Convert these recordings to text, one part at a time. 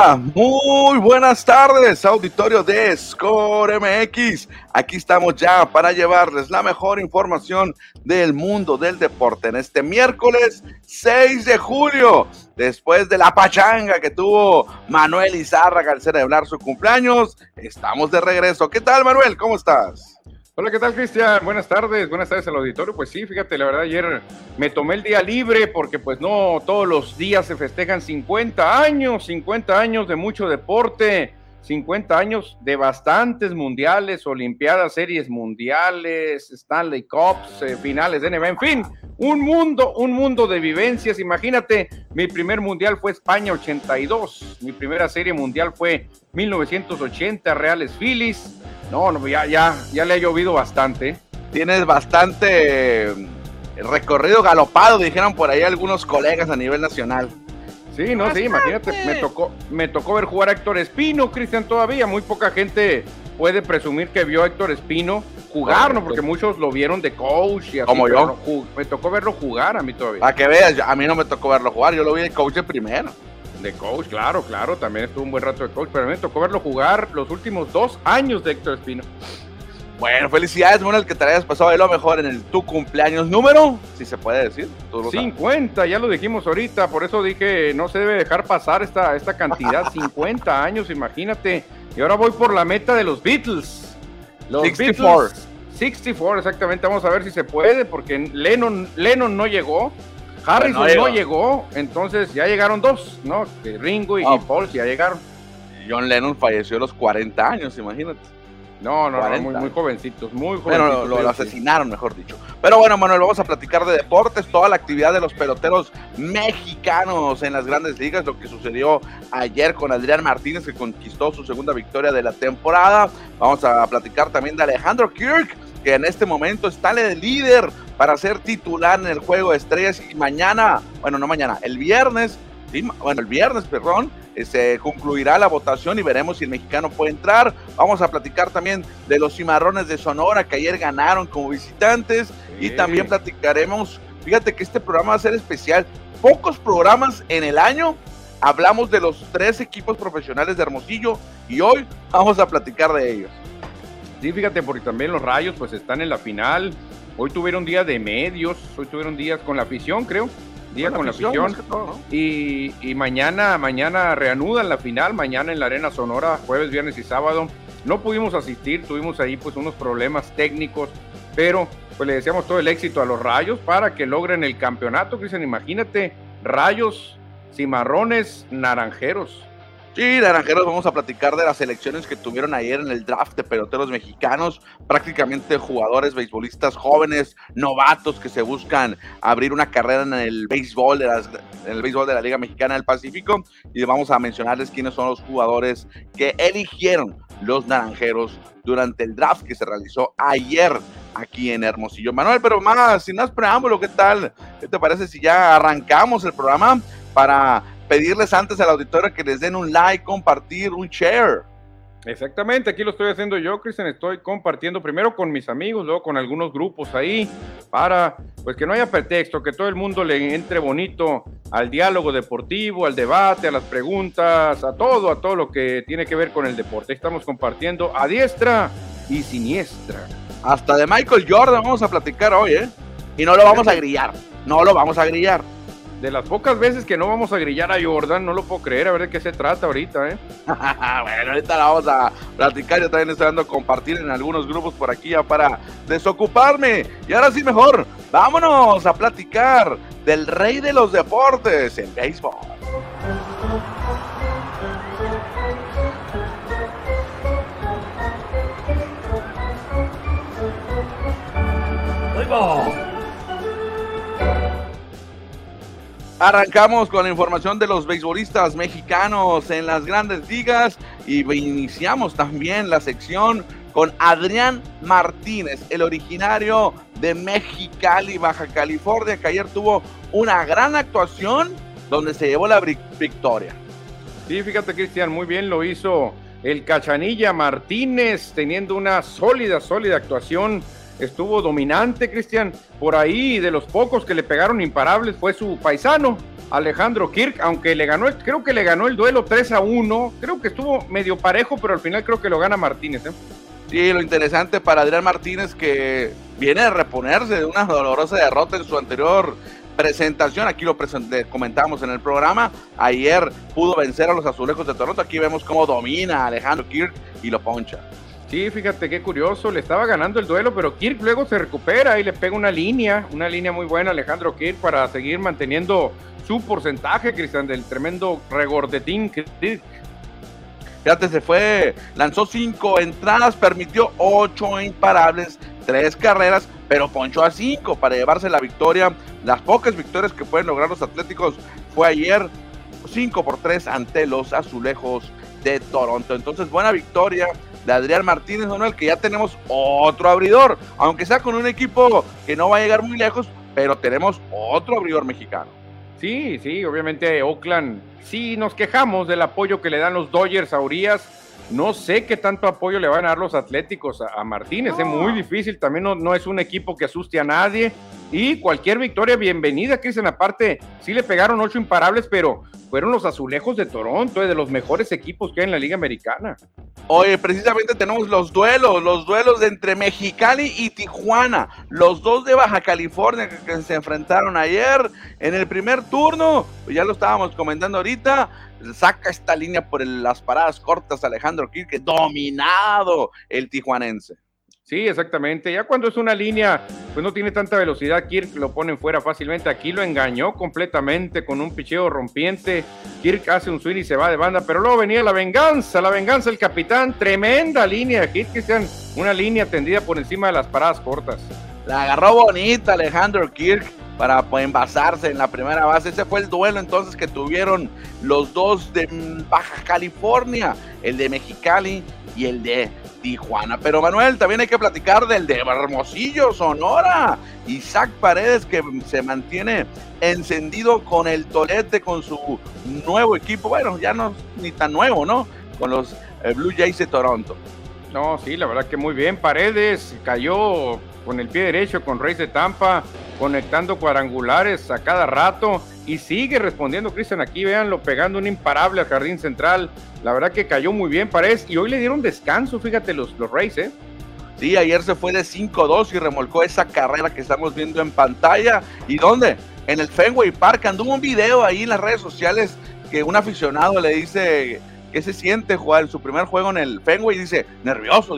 Hola, muy buenas tardes, auditorio de Score MX. Aquí estamos ya para llevarles la mejor información del mundo del deporte en este miércoles 6 de julio, después de la pachanga que tuvo Manuel Izárraga al celebrar su cumpleaños. Estamos de regreso. ¿Qué tal, Manuel? ¿Cómo estás? Hola, ¿qué tal, Cristian? Buenas tardes al auditorio. Pues sí, fíjate, la verdad ayer me tomé el día libre porque pues no todos los días se festejan 50 años de mucho deporte, 50 años de bastantes mundiales, olimpiadas, series mundiales, Stanley Cups, finales de NBA, en fin, un mundo de vivencias. Imagínate, mi primer mundial fue España 82, mi primera serie mundial fue 1980, Reales Phillies. No, ya le ha llovido bastante. Tienes bastante recorrido galopado, dijeron por ahí algunos colegas a nivel nacional. Sí, no, sí, imagínate, me tocó ver jugar a Héctor Espino, Cristian, todavía. Muy poca gente puede presumir que vio a Héctor Espino jugar, ¿no? Porque muchos lo vieron de coach y así. Como yo. No, me tocó verlo jugar a mí todavía. Para que veas, a mí no me tocó verlo jugar, yo lo vi de coach de primero. De coach, claro, también estuvo un buen rato de coach, pero a mí me tocó verlo jugar los últimos 2 años de Héctor Espino. Bueno, felicidades, Manuel, que te hayas pasado de lo mejor en tu cumpleaños número, si se puede decir. 50, ya lo dijimos ahorita, por eso dije, no se debe dejar pasar esta cantidad, 50 años, imagínate. Y ahora voy por la meta de los Beatles. Los 64. Beatles, 64, exactamente, vamos a ver si se puede, porque Lennon no llegó. Harrison no llegó, entonces ya llegaron 2, ¿no? Ringo y Paul ya llegaron. John Lennon falleció a los 40 años, imagínate. No, muy jovencitos, Bueno, lo asesinaron, mejor dicho. Pero bueno, Manuel, vamos a platicar de deportes, toda la actividad de los peloteros mexicanos en las grandes ligas, lo que sucedió ayer con Adrián Martínez, que conquistó su segunda victoria de la temporada. Vamos a platicar también de Alejandro Kirk, que en este momento está de líder para ser titular en el Juego de Estrellas, y el viernes, se concluirá la votación y veremos si el mexicano puede entrar. Vamos a platicar también de los Cimarrones de Sonora, que ayer ganaron como visitantes, y también platicaremos, fíjate que este programa va a ser especial, pocos programas en el año hablamos de los 3 equipos profesionales de Hermosillo, y hoy vamos a platicar de ellos. Sí, fíjate, porque también los Rayos pues están en la final. Hoy tuvieron día de medios, hoy tuvieron días con la afición, creo. Día con la afición. Todo, ¿no? Y mañana reanudan la final, mañana en la Arena Sonora, jueves, viernes y sábado. No pudimos asistir, tuvimos ahí pues unos problemas técnicos, pero pues le deseamos todo el éxito a los Rayos para que logren el campeonato, Cristian. Imagínate, Rayos, Cimarrones, Naranjeros. Sí, Naranjeros, vamos a platicar de las elecciones que tuvieron ayer en el draft de peloteros mexicanos, prácticamente jugadores beisbolistas jóvenes, novatos que se buscan abrir una carrera en el béisbol de la Liga Mexicana del Pacífico, y vamos a mencionarles quiénes son los jugadores que eligieron los Naranjeros durante el draft que se realizó ayer aquí en Hermosillo. Manuel, pero sin más preámbulo, ¿qué tal? ¿Qué te parece si ya arrancamos el programa para pedirles antes al auditorio que les den un like, compartir, un share? Exactamente, aquí lo estoy haciendo yo, Cristian, estoy compartiendo primero con mis amigos, luego con algunos grupos ahí, para pues que no haya pretexto, que todo el mundo le entre bonito al diálogo deportivo, al debate, a las preguntas, a todo lo que tiene que ver con el deporte. Estamos compartiendo a diestra y siniestra. Hasta de Michael Jordan vamos a platicar hoy, y no lo vamos a grillar. De las pocas veces que no vamos a grillar a Jordan, no lo puedo creer, a ver de qué se trata ahorita, Bueno, ahorita la vamos a platicar, yo también estoy dando a compartir en algunos grupos por aquí ya para desocuparme. Y ahora sí, mejor, vámonos a platicar del rey de los deportes, el béisbol. ¡Béisbol! Arrancamos con la información de los beisbolistas mexicanos en las grandes ligas y iniciamos también la sección con Adrián Martínez, el originario de Mexicali, Baja California, que ayer tuvo una gran actuación donde se llevó la victoria. Sí, fíjate, Cristian, muy bien lo hizo el Cachanilla Martínez, teniendo una sólida actuación. Estuvo dominante, Cristian. Por ahí, de los pocos que le pegaron imparables, fue su paisano, Alejandro Kirk, aunque creo que le ganó el duelo 3-1, creo que estuvo medio parejo, pero al final creo que lo gana Martínez, ¿eh? Sí, lo interesante para Adrián Martínez, que viene de reponerse de una dolorosa derrota en su anterior presentación, aquí lo comentamos en el programa, ayer pudo vencer a los Azulejos de Toronto, aquí vemos cómo domina a Alejandro Kirk y lo poncha. Sí, fíjate qué curioso, le estaba ganando el duelo, pero Kirk luego se recupera y le pega una línea muy buena a Alejandro Kirk para seguir manteniendo su porcentaje, Cristian, del tremendo regordetín Kirk. Fíjate, lanzó 5 entradas, permitió 8 imparables, 3 carreras, pero ponchó a 5 para llevarse la victoria. Las pocas victorias que pueden lograr los Atléticos fue ayer 5-3 ante los Azulejos de Toronto. Entonces, buena victoria de Adrián Martínez, Manuel, que ya tenemos otro abridor, aunque sea con un equipo que no va a llegar muy lejos, pero tenemos otro abridor mexicano. Sí, obviamente Oakland, sí nos quejamos del apoyo que le dan los Dodgers a Urias, no sé qué tanto apoyo le van a dar los Atléticos a Martínez, es muy difícil, también no es un equipo que asuste a nadie, y cualquier victoria bienvenida, Cristian, aparte, sí le pegaron 8 imparables, pero fueron los Azulejos de Toronto, de los mejores equipos que hay en la Liga Americana. Oye, precisamente tenemos los duelos entre Mexicali y Tijuana, los dos de Baja California que se enfrentaron ayer en el primer turno, ya lo estábamos comentando ahorita, saca esta línea por las paradas cortas Alejandro Kirk, dominado el tijuanense. Sí, exactamente. Ya cuando es una línea, pues no tiene tanta velocidad, Kirk lo ponen fuera fácilmente. Aquí lo engañó completamente con un picheo rompiente. Kirk hace un swing y se va de banda, pero luego venía la venganza del capitán. Tremenda línea de Kirk, una línea tendida por encima de las paradas cortas. La agarró bonita Alejandro Kirk para envasarse en la primera base. Ese fue el duelo entonces que tuvieron los dos de Baja California, el de Mexicali y el de Tijuana. Pero Manuel, también hay que platicar del de Hermosillo, Sonora, Isaac Paredes, que se mantiene encendido con el tolete, con su nuevo equipo, bueno, ya no ni tan nuevo, ¿no? Con los Blue Jays de Toronto. No, sí, la verdad que muy bien. Paredes cayó con el pie derecho con Rays de Tampa, conectando cuadrangulares a cada rato y sigue respondiendo, Cristian, aquí véanlo, pegando un imparable al jardín central. La verdad que cayó muy bien Paredes y hoy le dieron descanso, fíjate, los Rays, ¿eh? Sí, ayer se fue de 5-2 y remolcó esa carrera que estamos viendo en pantalla. ¿Y dónde? En el Fenway Park. Anduvo un video ahí en las redes sociales que un aficionado le dice qué se siente jugar en su primer juego en el Fenway y dice nervioso.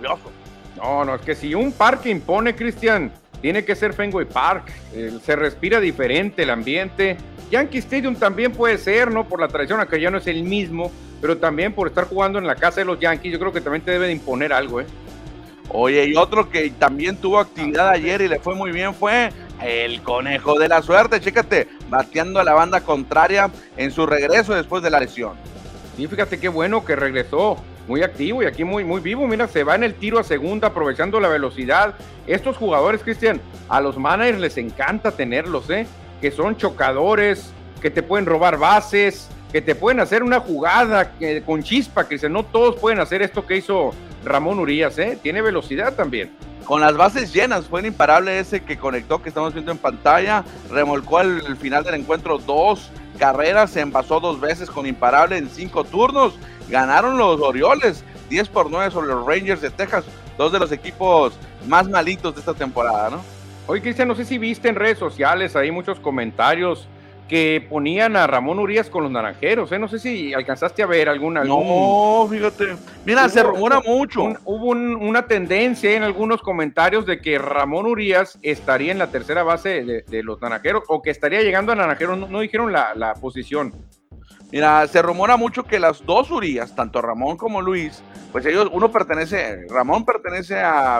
No, es que si un parque impone, Cristian, tiene que ser Fenway Park. Se respira diferente el ambiente. Yankee Stadium también puede ser, ¿no? Por la tradición, aunque ya no es el mismo, pero también por estar jugando en la casa de los Yankees, yo creo que también te debe de imponer algo, ¿eh? Oye, y otro que también tuvo actividad ayer y le fue muy bien fue el Conejo de la Suerte. Chécate, bateando a la banda contraria en su regreso después de la lesión. Sí, fíjate qué bueno que regresó, muy activo y aquí muy vivo. Mira, se va en el tiro a segunda aprovechando la velocidad. Estos jugadores, Cristian, a los managers les encanta tenerlos, que son chocadores, que te pueden robar bases, que te pueden hacer una jugada con chispa, Cristian. No todos pueden hacer esto que hizo Ramón Urias, tiene velocidad también. Con las bases llenas, fue un imparable ese que conectó, que estamos viendo en pantalla, remolcó al final del encuentro 2 carreras, se envasó 2 veces con imparable en 5 turnos, ganaron los Orioles, 10-9 sobre los Rangers de Texas, 2 de los equipos más malitos de esta temporada, ¿no? Oye, Cristian, no sé si viste en redes sociales ahí muchos comentarios que ponían a Ramón Urias con los Naranjeros, no sé si alcanzaste a ver algún... No, fíjate, mira, se rumora mucho. Hubo una tendencia en algunos comentarios de que Ramón Urias estaría en la tercera base de los Naranjeros, o que estaría llegando a Naranjeros, no dijeron la posición. Mira, se rumora mucho que las dos Urias, tanto Ramón como Luis, pues Ramón pertenece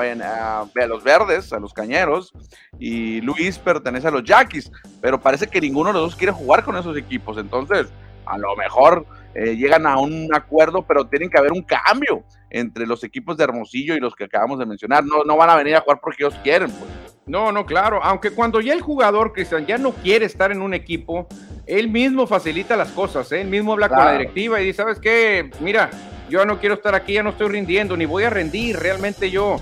a los Verdes, a los Cañeros, y Luis pertenece a los Yaquis, pero parece que ninguno de los dos quiere jugar con esos equipos, entonces a lo mejor llegan a un acuerdo, pero tienen que haber un cambio entre los equipos de Hermosillo y los que acabamos de mencionar, no van a venir a jugar porque ellos quieren, pues. No, claro, aunque cuando ya el jugador, Cristian, ya no quiere estar en un equipo, él mismo facilita las cosas, él mismo habla con la directiva y dice, ¿sabes qué? Mira, yo no quiero estar aquí, ya no estoy rindiendo, ni voy a rendir, realmente yo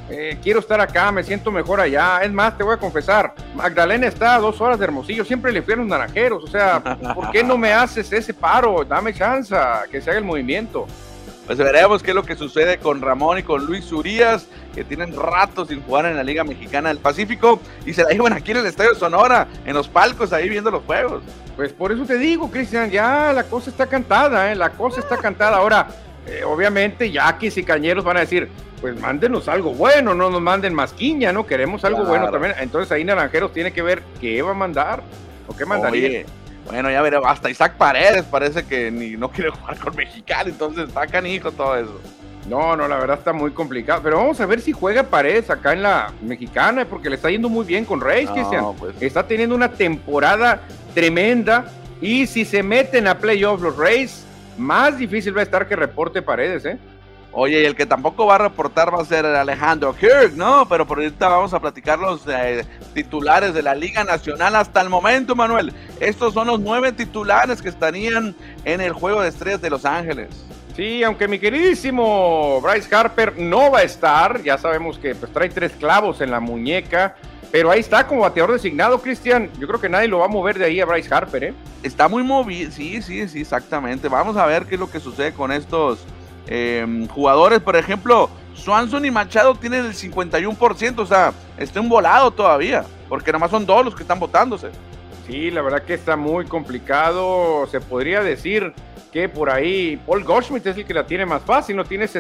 quiero estar acá, me siento mejor allá. Es más, te voy a confesar, Magdalena está a 2 horas de Hermosillo, siempre le fui a los Naranjeros, o sea, ¿por qué no me haces ese paro? Dame chance, que se haga el movimiento. Pues veremos qué es lo que sucede con Ramón y con Luis Urías, que tienen rato sin jugar en la Liga Mexicana del Pacífico y se la llevan aquí en el Estadio Sonora, en los palcos ahí viendo los juegos. Pues por eso te digo, Cristian, ya la cosa está cantada, la cosa está cantada. Ahora, obviamente, Yaquis y Cañeros van a decir, pues mándenos algo bueno, no nos manden masquiña, ¿no? Queremos algo bueno también. Entonces ahí Naranjeros tiene que ver qué va a mandar o qué mandaría. Oye, bueno, ya veremos, hasta Isaac Paredes parece que ni no quiere jugar con Mexicali, entonces está canijo todo eso. No, la verdad está muy complicado, pero vamos a ver si juega Paredes acá en la Mexicana, porque le está yendo muy bien con Reyes, Cristian. Pues está teniendo una temporada tremenda, y si se meten a playoffs los Reyes, más difícil va a estar que reporte Paredes, Oye, y el que tampoco va a reportar va a ser Alejandro Kirk, ¿no? Pero por ahorita vamos a platicar los titulares de la Liga Nacional hasta el momento, Manuel. Estos son los 9 titulares que estarían en el Juego de Estrellas de Los Ángeles. Sí, aunque mi queridísimo Bryce Harper no va a estar, ya sabemos que pues trae 3 clavos en la muñeca, pero ahí está como bateador designado, Cristian. Yo creo que nadie lo va a mover de ahí a Bryce Harper, Está muy movido, sí, exactamente. Vamos a ver qué es lo que sucede con estos jugadores. Por ejemplo, Swanson y Machado tienen el 51%, o sea, está un volado todavía, porque nomás son 2 los que están votándose. Sí, la verdad que está muy complicado. Se podría decir que por ahí Paul Goldschmidt es el que la tiene más fácil, no tiene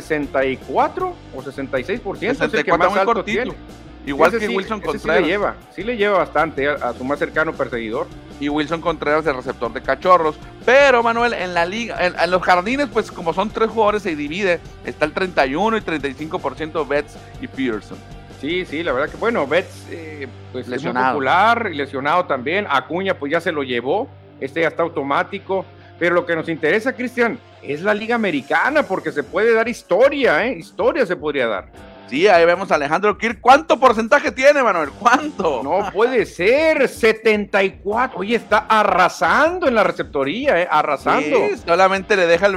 64 o 66%, 64, es el que más alto cortito. tiene. Igual que Wilson Contreras. Sí le lleva bastante a su más cercano perseguidor. Y Wilson Contreras, el receptor de Cachorros. Pero, Manuel, en la liga, en los Jardines, pues como son 3 jugadores, se divide. Está el 31 y 35% Betts y Peterson. Sí, la verdad que bueno, Betts pues lesionado. Es muy popular y lesionado también. Acuña pues ya se lo llevó, ya está automático. Pero lo que nos interesa, Cristian, es la Liga Americana, porque se puede dar historia, historia se podría dar. Sí, ahí vemos a Alejandro Kirk. ¿Cuánto porcentaje tiene, Manuel? ¿Cuánto? No puede ser, 74. Oye, está arrasando en la receptoría, arrasando. Sí, solamente le deja el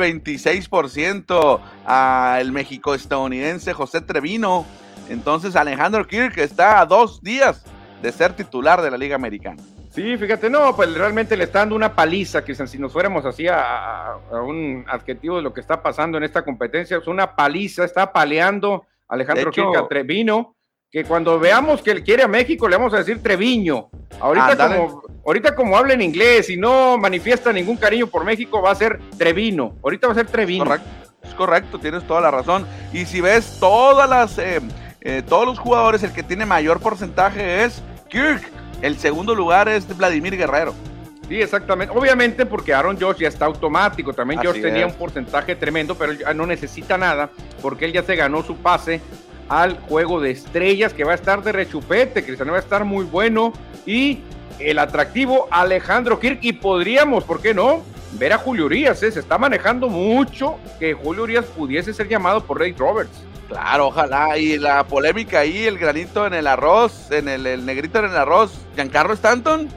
26% al México-estadounidense José Trevino. Entonces Alejandro Kirk está a 2 días de ser titular de la Liga Americana. Sí, fíjate, no, pues realmente le está dando una paliza, Cristian, si nos fuéramos así a un adjetivo de lo que está pasando en esta competencia, es una paliza, está paleando Alejandro Kirk a Trevino, que cuando veamos que él quiere a México le vamos a decir Treviño. Ahorita como habla en inglés y no manifiesta ningún cariño por México, va a ser Trevino. Ahorita va a ser Trevino. Es correcto, tienes toda la razón. Y si ves todos los jugadores, el que tiene mayor porcentaje es Kirk. El segundo lugar es Vladimir Guerrero. Sí, exactamente. Obviamente porque Aaron Judge ya está automático. También Judge tenía un porcentaje tremendo, pero él ya no necesita nada porque él ya se ganó su pase al Juego de Estrellas, que va a estar de rechupete, Cristiano, va a estar muy bueno. Y el atractivo Alejandro Kirk, y podríamos, ¿por qué no?, ver a Julio Urías. Se está manejando mucho que Julio Urías pudiese ser llamado por Ray Roberts. Claro, ojalá. Y la polémica ahí, el granito en el arroz, el negrito en el arroz, Giancarlo Stanton.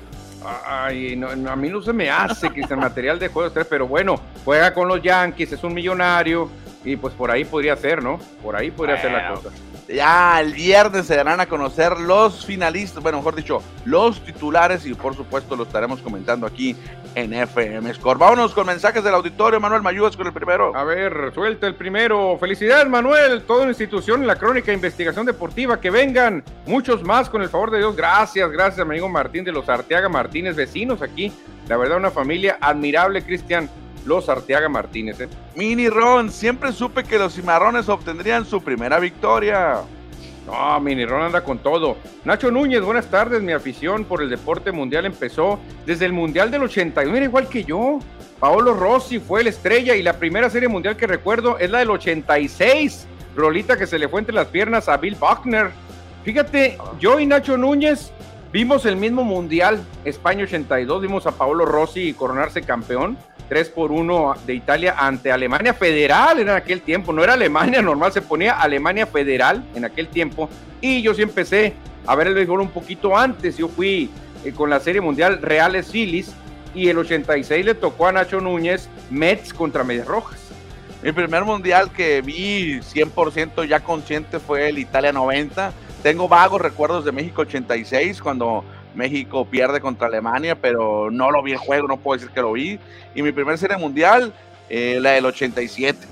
Ay, no, a mí no se me hace que es el material de juego 3, pero bueno, juega con los Yankees, es un millonario y pues por ahí podría ser, ¿no? Por ahí podría ser la cosa. Ya el viernes se darán a conocer los finalistas, bueno, mejor dicho, los titulares, y por supuesto lo estaremos comentando aquí en FM Score. Vámonos con mensajes del auditorio. Manuel, ¿me ayudas con el primero? A ver, suelta el primero. Felicidades, Manuel, toda una institución en la crónica de investigación deportiva, que vengan muchos más con el favor de Dios. Gracias, amigo Martín de los Arteaga Martínez, vecinos aquí. La verdad, una familia admirable, Cristian, los Arteaga Martínez. Mini Ron, siempre supe que los cimarrones obtendrían su primera victoria. No, Mini Ron anda con todo. Nacho Núñez, buenas tardes. Mi afición por el deporte mundial empezó desde el Mundial del 81, era igual que yo. Paolo Rossi fue la estrella y la primera serie mundial que recuerdo es la del 86. Rolita que se le fue entre las piernas a Bill Buckner. Fíjate, yo y Nacho Núñez vimos el mismo mundial, España 82, vimos a Paolo Rossi coronarse campeón. 3-1 de Italia ante Alemania Federal en aquel tiempo, no era Alemania normal, se ponía Alemania Federal en aquel tiempo, y yo sí empecé a ver el béisbol un poquito antes. Yo fui con la Serie Mundial Reales Phillies, y el 86 le tocó a Nacho Núñez Mets contra Medias Rojas. Mi primer mundial que vi 100% ya consciente fue el Italia 90. Tengo vagos recuerdos de México 86, cuando México pierde contra Alemania, pero no lo vi en juego, no puedo decir que lo vi. Y mi primer serie mundial, la del 87.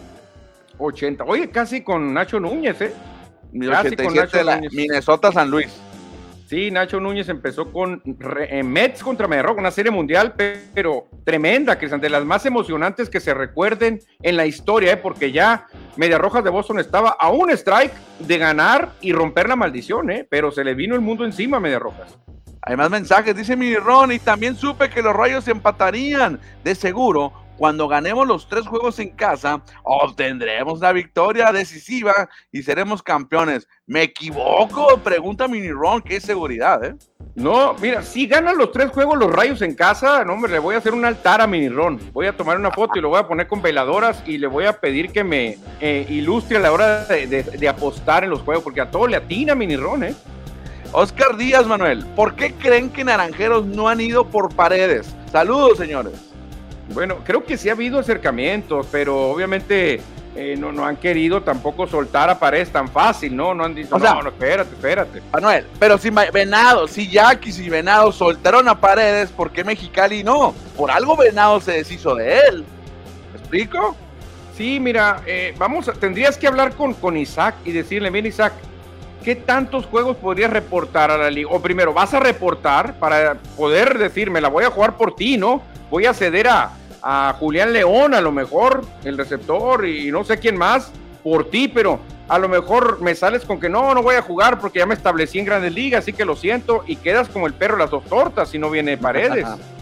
80. Oye, casi con Nacho Núñez, ¿eh? Mi 87, la Minnesota-San Luis. Sí, Nacho Núñez empezó con Mets contra Mediarrojas, una serie mundial, pero tremenda, Cristian, de las más emocionantes que se recuerden en la historia, porque ya Mediarrojas de Boston estaba a un strike de ganar y romper la maldición, pero se le vino el mundo encima a Mediarrojas. Hay más mensajes, dice mi Ron, y también supe que los Rayos empatarían. De seguro, cuando ganemos los 3 juegos en casa, obtendremos la victoria decisiva y seremos campeones. ¿Me equivoco? Pregunta Mini Ron, qué seguridad, ¿eh? No, mira, si ganan los 3 juegos los Rayos en casa, no, hombre, le voy a hacer un altar a Mini Ron. Voy a tomar una foto y lo voy a poner con veladoras y le voy a pedir que me ilustre a la hora de apostar en los juegos, porque a todo le atina Mini Ron, ¿eh? Oscar Díaz, Manuel, ¿por qué creen que Naranjeros no han ido por Paredes? Saludos, señores. Bueno, creo que sí ha habido acercamientos, pero obviamente no han querido tampoco soltar a Paredes tan fácil, ¿no? No han dicho, o sea, no, espérate. Manuel, pero si Venado, si Yaquis y Venado soltaron a Paredes, ¿por qué Mexicali no? Por algo Venado se deshizo de él. ¿Me explico? Sí, mira, tendrías que hablar con Isaac y decirle, mira, Isaac, ¿qué tantos juegos podrías reportar a la liga? O primero, ¿vas a reportar para poder decirme, la voy a jugar por ti, ¿no? Voy a ceder a Julián León, a lo mejor, el receptor, y no sé quién más, por ti, pero a lo mejor me sales con que no voy a jugar porque ya me establecí en Grandes Ligas, así que lo siento, y quedas como el perro de las 2 tortas si no viene Paredes.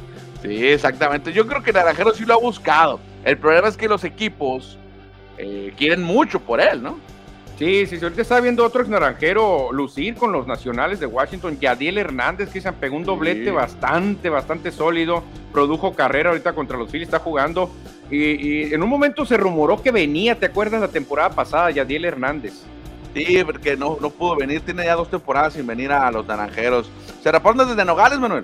Sí, exactamente. Yo creo que Naranjeros sí lo ha buscado. El problema es que los equipos quieren mucho por él, ¿no? Sí, ahorita está viendo otro ex naranjero lucir con los Nacionales de Washington, Yadiel Hernández, que se pegó un doblete bastante sólido, produjo carrera ahorita contra los Phillies, está jugando, y en un momento se rumoró que venía, ¿te acuerdas la temporada pasada, Yadiel Hernández? Sí, porque no pudo venir, tiene ya 2 temporadas sin venir a los Naranjeros. Se reporta desde Nogales, Manuel.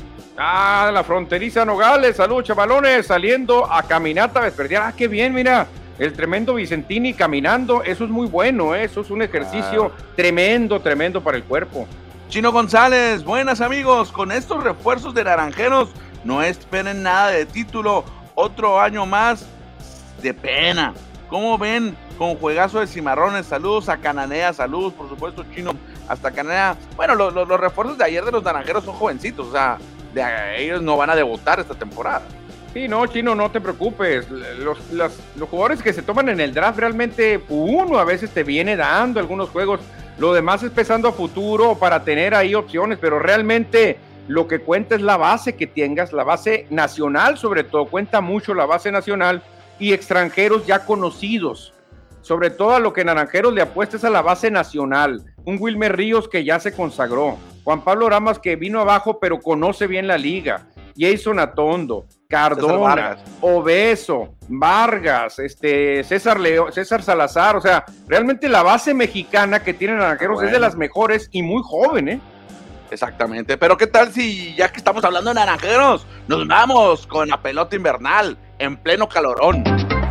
La fronteriza Nogales, saludos chavalones, saliendo a caminata vespertina, qué bien, mira. El tremendo Vicentini caminando, eso es muy bueno, eso es un ejercicio tremendo para el cuerpo. Chino González, buenas amigos, con estos refuerzos de Naranjeros no esperen nada de título, otro año más de pena. ¿Cómo ven con juegazo de Cimarrones? Saludos a Cananea, saludos por supuesto Chino, hasta Cananea. Bueno, los refuerzos de ayer de los Naranjeros son jovencitos, o sea, ellos no van a debutar esta temporada. Sí, no, Chino, no te preocupes. Los jugadores que se toman en el draft realmente uno a veces te viene dando algunos juegos. Lo demás es pensando a futuro para tener ahí opciones, pero realmente lo que cuenta es la base que tengas, la base nacional sobre todo. Cuenta mucho la base nacional y extranjeros ya conocidos. Sobre todo a lo que Naranjeros le apuesta es a la base nacional. Un Wilmer Ríos que ya se consagró. Juan Pablo Ramas que vino abajo pero conoce bien la liga. Jason Atondo, Cardona, Obeso, Vargas, César Salazar, o sea, realmente la base mexicana que tiene Naranjeros es de las mejores y muy joven, ¿eh? Exactamente, pero ¿qué tal si ya que estamos hablando de Naranjeros, nos vamos con la pelota invernal en pleno calorón?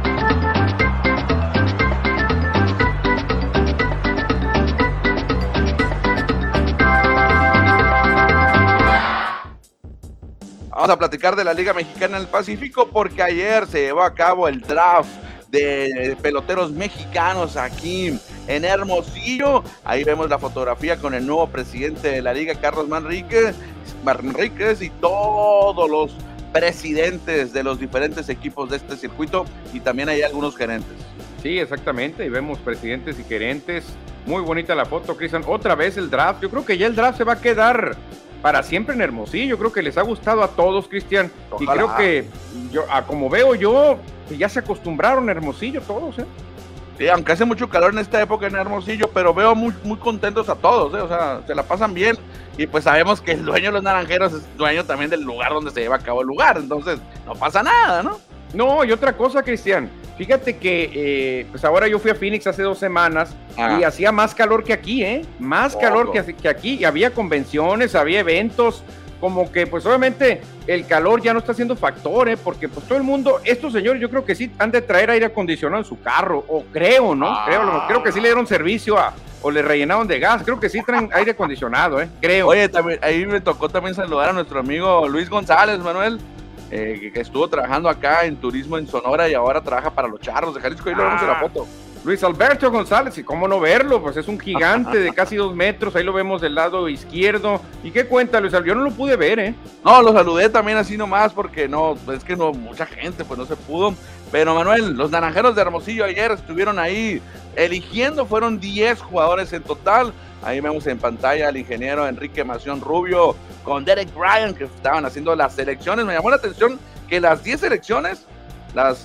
Vamos a platicar de la Liga Mexicana del Pacífico porque ayer se llevó a cabo el draft de peloteros mexicanos aquí en Hermosillo. Ahí vemos la fotografía con el nuevo presidente de la Liga, Carlos Manríquez, y todos los presidentes de los diferentes equipos de este circuito y también hay algunos gerentes. Sí, exactamente, y vemos presidentes y gerentes. Muy bonita la foto, Cristian. Otra vez el draft. Yo creo que ya el draft se va a quedar para siempre en Hermosillo. Yo creo que les ha gustado a todos, Cristian. Y creo que, como veo yo, ya se acostumbraron a Hermosillo todos, ¿eh? Sí, aunque hace mucho calor en esta época en Hermosillo, pero veo muy, muy contentos a todos, ¿eh? O sea, se la pasan bien. Y pues sabemos que el dueño de los Naranjeros es dueño también del lugar donde se lleva a cabo el lugar. Entonces, no pasa nada, ¿no? No, y otra cosa, Cristian. Fíjate que pues ahora yo fui a Phoenix hace 2 semanas y hacía más calor que aquí, ¿eh? Más calor que aquí. Y había convenciones, había eventos. como que pues obviamente el calor ya no está siendo factor, porque pues todo el mundo, estos señores yo creo que sí han de traer aire acondicionado en su carro, o creo, ¿no? Creo que sí le dieron servicio o le rellenaron de gas, creo que sí traen aire acondicionado, creo. Oye, también, ahí me tocó también saludar a nuestro amigo Luis González, Manuel, que estuvo trabajando acá en turismo en Sonora y ahora trabaja para los Charros de Jalisco, ahí lo vemos en la foto. Luis Alberto González, y cómo no verlo, pues es un gigante de casi 2 metros, ahí lo vemos del lado izquierdo. ¿Y qué cuenta, Luis Alberto? Yo no lo pude ver, No, lo saludé también así nomás porque no, es que no, mucha gente, pues no se pudo. Pero Manuel, los Naranjeros de Hermosillo ayer estuvieron ahí eligiendo, fueron 10 jugadores en total. Ahí vemos en pantalla al ingeniero Enrique Mación Rubio con Derek Bryan, que estaban haciendo las selecciones. Me llamó la atención que las 10 selecciones las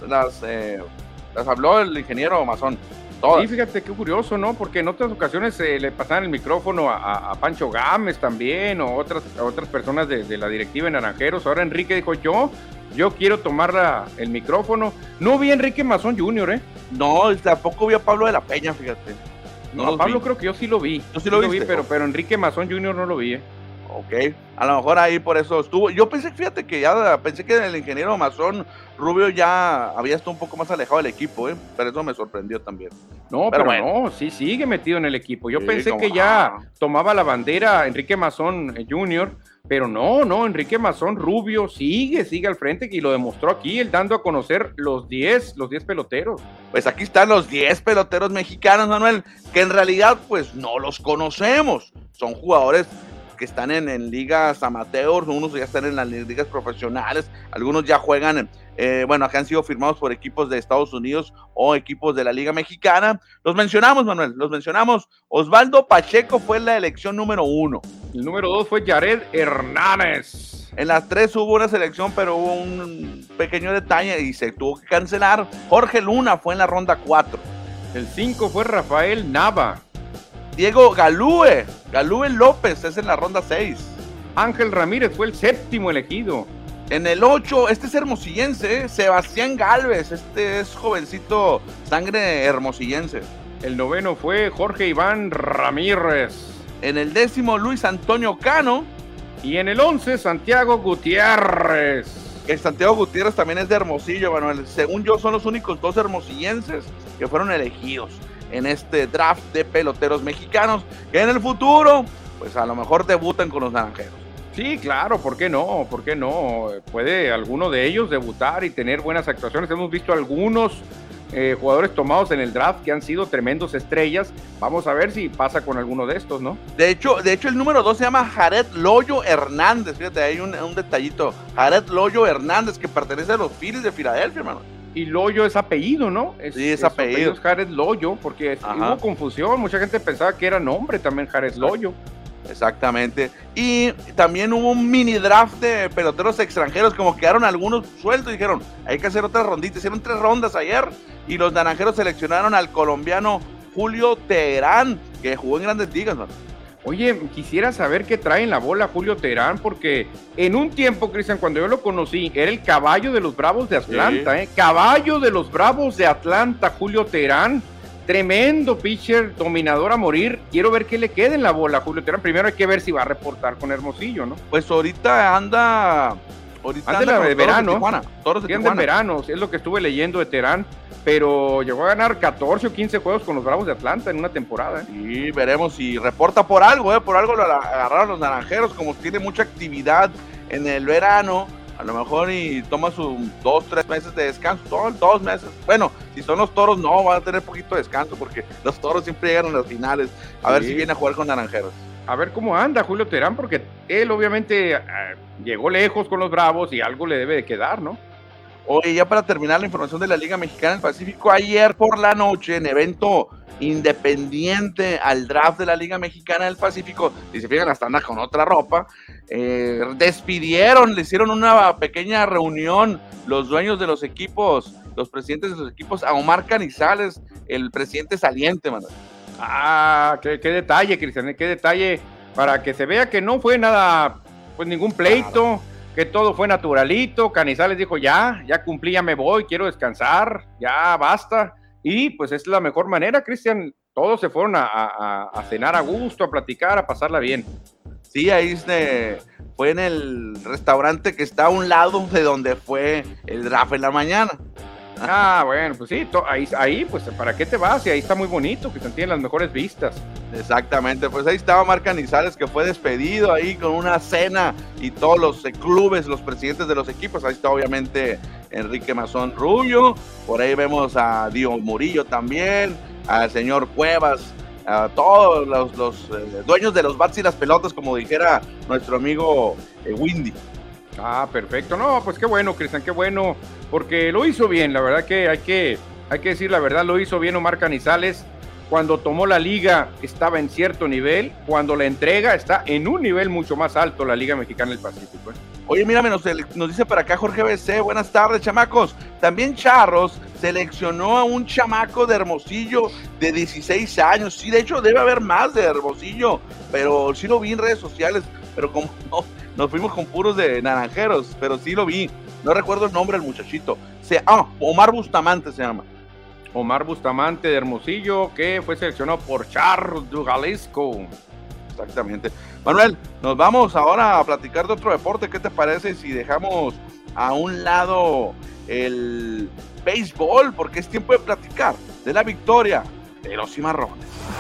habló el ingeniero Mazón. Todas. Sí, fíjate qué curioso, ¿no? Porque en otras ocasiones le pasaban el micrófono a Pancho Gámez también, o otras personas de la directiva de Naranjeros. Ahora Enrique dijo, yo quiero tomar el micrófono. No vi a Enrique Mazón Jr., No, tampoco vi a Pablo de la Peña, fíjate. No, a Pablo creo que yo sí lo vi. Yo sí lo vi, pero Enrique Mazón Jr. no lo vi, Ok, a lo mejor ahí por eso estuvo. Yo pensé que el ingeniero Mazón Rubio ya había estado un poco más alejado del equipo, pero eso me sorprendió también. No, pero bueno. No, sí sigue metido en el equipo. Yo pensé que ya tomaba la bandera Enrique Mazón Jr., pero no, Enrique Mazón Rubio sigue al frente y lo demostró aquí, él dando a conocer los 10 peloteros. Pues aquí están los 10 peloteros mexicanos, Manuel, que en realidad pues no los conocemos. Son jugadores que están en ligas amateurs, unos ya están en las ligas profesionales, algunos ya juegan, que han sido firmados por equipos de Estados Unidos o equipos de la Liga Mexicana. Los mencionamos, Manuel, Osvaldo Pacheco fue la elección número 1. El número 2 fue Yared Hernández. En las 3 hubo una selección, pero hubo un pequeño detalle y se tuvo que cancelar. Jorge Luna fue en la ronda 4. El 5 fue Rafael Nava. Diego Galúe López es en la ronda 6. Ángel Ramírez fue el 7º elegido. En el 8, este es hermosillense, Sebastián Galvez, este es jovencito, sangre hermosillense. El 9 fue Jorge Iván Ramírez. En el 10, Luis Antonio Cano. Y en el 11, Santiago Gutiérrez. El Santiago Gutiérrez también es de Hermosillo, Manuel. Según yo, son los únicos 2 hermosillenses que fueron elegidos en este draft de peloteros mexicanos, que en el futuro, pues a lo mejor debutan con los Naranjeros. Sí, claro, ¿por qué no? Puede alguno de ellos debutar y tener buenas actuaciones. Hemos visto algunos jugadores tomados en el draft que han sido tremendos estrellas. Vamos a ver si pasa con alguno de estos, ¿no? De hecho, el número 2 se llama Jared Loyo Hernández. Fíjate, hay un detallito. Jared Loyo Hernández, que pertenece a los Phillies de Filadelfia, hermano. Y Loyo es apellido, ¿no? Sí, es apellido. Es Jared Loyo, porque hubo confusión. Mucha gente pensaba que era nombre también, Jared Loyo. Exactamente. Y también hubo un mini draft de peloteros extranjeros, como quedaron algunos sueltos y dijeron, hay que hacer otras ronditas. Hicieron 3 rondas ayer y los Naranjeros seleccionaron al colombiano Julio Teherán, que jugó en Grandes Ligas, ¿no? Oye, quisiera saber qué trae en la bola Julio Teherán, porque en un tiempo, Cristian, cuando yo lo conocí, era el caballo de los Bravos de Atlanta, sí. Caballo de los Bravos de Atlanta, Julio Teherán. Tremendo pitcher, dominador a morir. Quiero ver qué le queda en la bola a Julio Teherán. Primero hay que ver si va a reportar con Hermosillo, ¿no? Pues ahorita anda de verano. Toros de Tijuana. En verano, es lo que estuve leyendo de Teherán. Pero llegó a ganar 14 o 15 juegos con los Bravos de Atlanta en una temporada. Y veremos si reporta por algo, por algo lo agarraron los Naranjeros, como tiene mucha actividad en el verano, a lo mejor y toma sus 2-3 meses de descanso, 2 meses. Bueno, si son los Toros, no, van a tener poquito de descanso, porque los Toros siempre llegan a las finales, a ver si viene a jugar con Naranjeros. A ver cómo anda Julio Teherán, porque él obviamente llegó lejos con los Bravos y algo le debe de quedar, ¿no? Oye, ya para terminar la información de la Liga Mexicana del Pacífico, ayer por la noche, en evento independiente al draft de la Liga Mexicana del Pacífico, si se fijan, hasta anda con otra ropa, le hicieron una pequeña reunión los dueños de los equipos, los presidentes de los equipos, a Omar Canizales, el presidente saliente, Manuel. Qué detalle, Cristian, qué detalle, para que se vea que no fue nada, pues ningún pleito, claro, que todo fue naturalito. Canizales dijo, ya cumplí, ya me voy, quiero descansar, ya basta. Y pues es la mejor manera, Cristian. Todos se fueron a cenar a gusto, a platicar, a pasarla bien. Sí, fue en el restaurante que está a un lado de donde fue el draft en la mañana. Ah, bueno, pues sí, ahí, pues, ¿para qué te vas? Y ahí está muy bonito, que se tienen las mejores vistas. Exactamente, pues ahí estaba Marc Canizales, que fue despedido ahí con una cena y todos los clubes, los presidentes de los equipos. Ahí está obviamente Enrique Mazón Rubio, por ahí vemos a Dio Murillo también, al señor Cuevas, a todos los dueños de los bats y las pelotas, como dijera nuestro amigo Windy. Ah, perfecto. No, pues qué bueno, Cristian, qué bueno, porque lo hizo bien. La verdad que hay que decir la verdad, lo hizo bien Omar Canizales. Cuando tomó la liga estaba en cierto nivel, cuando la entrega está en un nivel mucho más alto la Liga Mexicana del Pacífico. Oye, mírame, nos dice para acá Jorge BC, buenas tardes, chamacos. También Charros seleccionó a un chamaco de Hermosillo de 16 años. Sí, de hecho debe haber más de Hermosillo, pero sí lo vi en redes sociales, pero como no, nos fuimos con puros de naranjeros, pero sí lo vi. No recuerdo el nombre del muchachito. Omar Bustamante se llama. Omar Bustamante de Hermosillo, que fue seleccionado por Charros de Jalisco. Exactamente. Manuel, nos vamos ahora a platicar de otro deporte. ¿Qué te parece si dejamos a un lado el béisbol? Porque es tiempo de platicar de la victoria de los Cimarrones.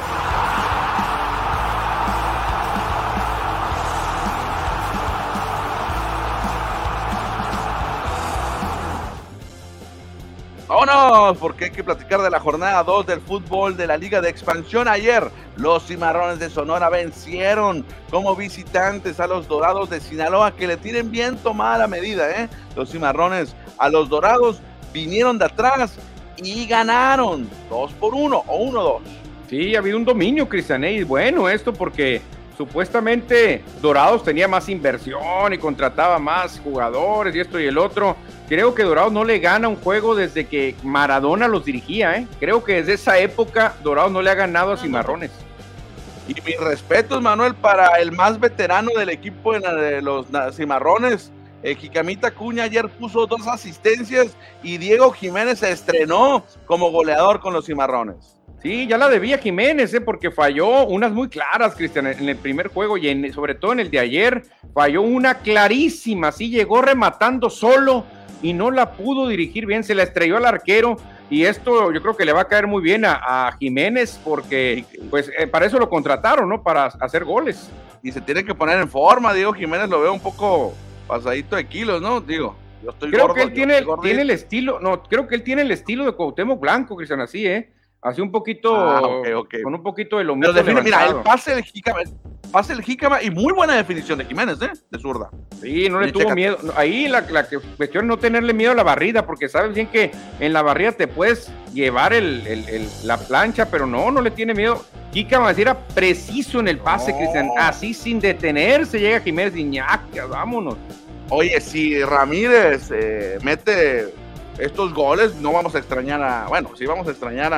¡Vámonos! Porque hay que platicar de la jornada 2 del fútbol de la Liga de Expansión. Ayer, los Cimarrones de Sonora vencieron como visitantes a los Dorados de Sinaloa, que le tienen bien tomada la medida, ¿eh? Los Cimarrones a los Dorados vinieron de atrás y ganaron 2-1 o 1-2. Sí, ha habido un dominio, Cristian, y bueno, esto porque supuestamente Dorados tenía más inversión y contrataba más jugadores y esto y el otro. Creo que Dorados no le gana un juego desde que Maradona los dirigía, ¿eh? Creo que desde esa época Dorados no le ha ganado a Cimarrones. Y mis respetos, Manuel, para el más veterano del equipo de los Cimarrones. Jicamita Acuña ayer puso 2 asistencias y Diego Jiménez se estrenó como goleador con los Cimarrones. Sí, ya la debía Jiménez, porque falló unas muy claras, Cristian, en el primer juego y sobre todo en el de ayer, falló una clarísima, sí, llegó rematando solo y no la pudo dirigir bien, se la estrelló al arquero, y esto yo creo que le va a caer muy bien a Jiménez, porque pues para eso lo contrataron, ¿no? Para hacer goles. Y se tiene que poner en forma. Diego Jiménez lo veo un poco pasadito de kilos, ¿no? Digo, yo estoy creo gordo. Que él tiene el estilo, no, creo que él tiene el estilo de Cuauhtémoc Blanco, Cristian, así, así un poquito, okay. Con un poquito de lo mismo. Mira, el pase del Jícama y muy buena definición de Jiménez, de zurda. Sí, no le tuvo miedo. Ahí la cuestión es no tenerle miedo a la barrida, porque sabes bien que en la barrida te puedes llevar la plancha, pero no le tiene miedo. Jícama era preciso en el pase, Cristian, así sin detenerse llega Jiménez y ñaca, vámonos. Oye, si Ramírez mete estos goles, no vamos a extrañar sí vamos a extrañar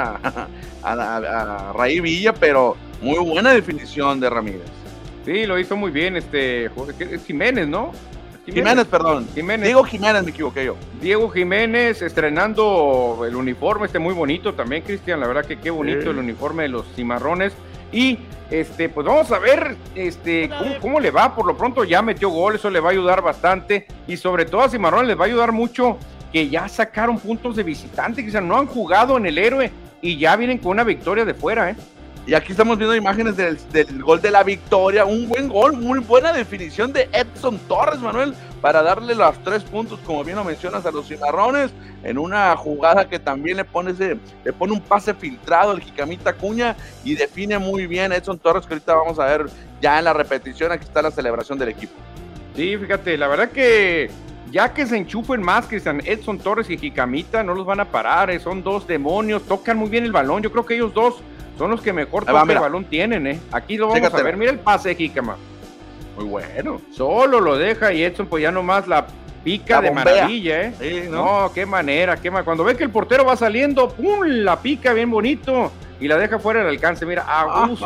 a Raí Villa, pero muy buena definición de Ramírez. Sí, lo hizo muy bien, es Jiménez, ¿no? Jiménez, perdón. Diego Jiménez, me equivoqué yo. Diego Jiménez estrenando el uniforme, muy bonito también, Cristian, la verdad que qué bonito el uniforme de los Cimarrones. Y pues vamos a ver cómo le va. Por lo pronto ya metió gol, eso le va a ayudar bastante, y sobre todo a Cimarrones les va a ayudar mucho que ya sacaron puntos de visitante, que no han jugado en el Héroe y ya vienen con una victoria de fuera, Y aquí estamos viendo imágenes del gol de la victoria, un buen gol, muy buena definición de Edson Torres, Manuel, para darle los 3 puntos, como bien lo mencionas, a los Cimarrones, en una jugada que también le pone un pase filtrado el Jicamita Acuña y define muy bien Edson Torres, que ahorita vamos a ver ya en la repetición. Aquí está la celebración del equipo. Sí, fíjate, la verdad que ya que se enchufen más, Cristian, Edson Torres y Jicamita no los van a parar, son 2 demonios, tocan muy bien el balón. Yo creo que ellos 2 son los que mejor toque el balón tienen, Aquí lo vamos a ver, mira el pase de Jicama. Muy bueno. Solo lo deja y Edson pues ya nomás la pica de maravilla, Sí, ¿no? Qué manera. Cuando ve que el portero va saliendo, ¡pum!, la pica bien bonito y la deja fuera del alcance, mira, a gusto.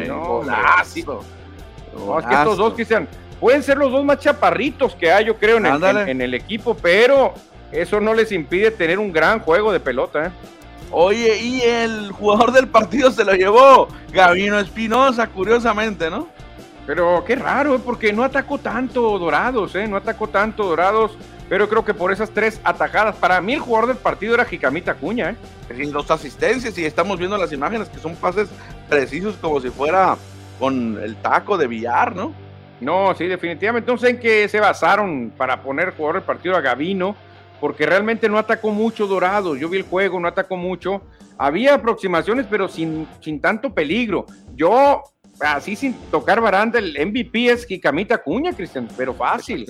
Es que estos 2, Cristian, pueden ser los 2 más chaparritos que hay, yo creo, en el equipo, pero eso no les impide tener un gran juego de pelota, Oye, y el jugador del partido se lo llevó Gavino Espinosa, curiosamente, ¿no? Pero qué raro, porque no atacó tanto Dorados, no atacó tanto Dorados, pero creo que por esas 3 atajadas, para mí el jugador del partido era Jicamita Acuña. Y 2 asistencias, y estamos viendo las imágenes que son pases precisos como si fuera con el taco de billar, ¿no? No, sí, definitivamente. No sé en qué se basaron para poner jugador del partido a Gavino, porque realmente no atacó mucho Dorados. Yo vi el juego, no atacó mucho. Había aproximaciones, pero sin tanto peligro. Yo, así sin tocar baranda, el MVP es Jicamita Acuña, Cristian, pero fácil.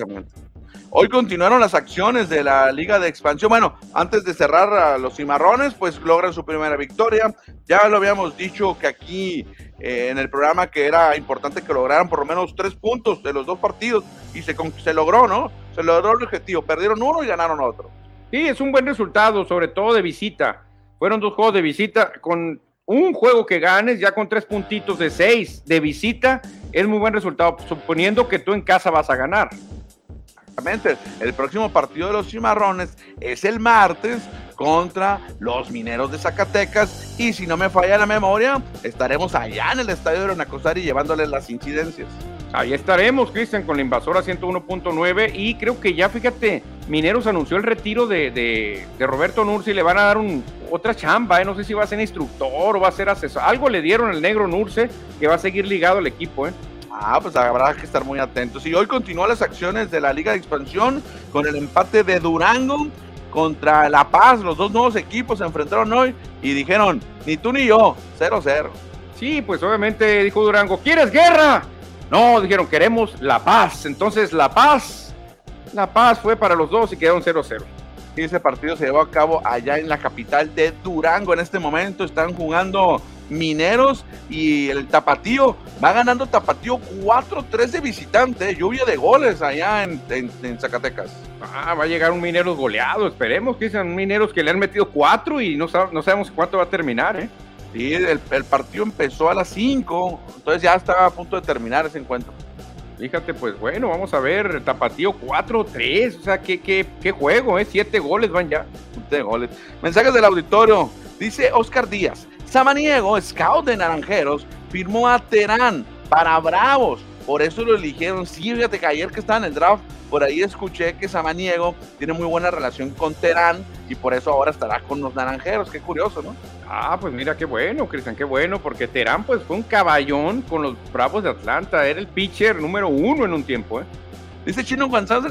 Hoy continuaron las acciones de la Liga de Expansión. Bueno, antes de cerrar a los Cimarrones, pues logran su primera victoria. Ya lo habíamos dicho que aquí en el programa que era importante que lograran por lo menos 3 puntos de los 2 partidos y se logró, ¿no? Se logró el objetivo. Perdieron uno y ganaron otro. Sí, es un buen resultado, sobre todo de visita. Fueron 2 juegos de visita con un juego que ganes, ya con 3 puntitos de 6 de visita, es muy buen resultado, suponiendo que tú en casa vas a ganar. Exactamente. El próximo partido de los Cimarrones es el martes contra los Mineros de Zacatecas, y si no me falla la memoria, estaremos allá en el estadio de Ronacosari llevándoles las incidencias. Ahí estaremos, Cristian, con la Invasora 101.9, y creo que ya, fíjate, Mineros anunció el retiro de Roberto Nurce y le van a dar otra chamba, no sé si va a ser instructor o va a ser asesor, algo le dieron al negro Nurce que va a seguir ligado al equipo, Pues habrá que estar muy atentos. Y hoy continúan las acciones de la Liga de Expansión con el empate de Durango contra La Paz. Los 2 nuevos equipos se enfrentaron hoy y dijeron, ni tú ni yo, 0-0. Sí, pues obviamente dijo Durango, ¿quieres guerra? No, dijeron, queremos la paz. Entonces la paz fue para los 2 y quedaron 0-0. Y ese partido se llevó a cabo allá en la capital de Durango. En este momento están jugando Mineros y el Tapatío. Va ganando Tapatío 4-3 de visitante. Lluvia de goles allá en Zacatecas. Va a llegar un Mineros goleado. Esperemos que sean Mineros que le han metido 4 y no sabemos cuánto va a terminar, Sí, el partido empezó a las 5. Entonces ya está a punto de terminar ese encuentro. Fíjate, pues bueno, vamos a ver, Tapatío 4-3, o sea, qué juego, 7 goles van ya. 7 goles. Mensajes del auditorio, dice Oscar Díaz, Samaniego, scout de Naranjeros, firmó a Terán para Bravos, por eso lo eligieron. Sí, fíjate que ayer que estaba en el draft, por ahí escuché que Samaniego tiene muy buena relación con Terán y por eso ahora estará con los Naranjeros. Qué curioso, ¿no? Pues mira, qué bueno, Cristian, qué bueno, porque Terán pues fue un caballón con los Bravos de Atlanta, era el pitcher número 1 en un tiempo, Dice Chino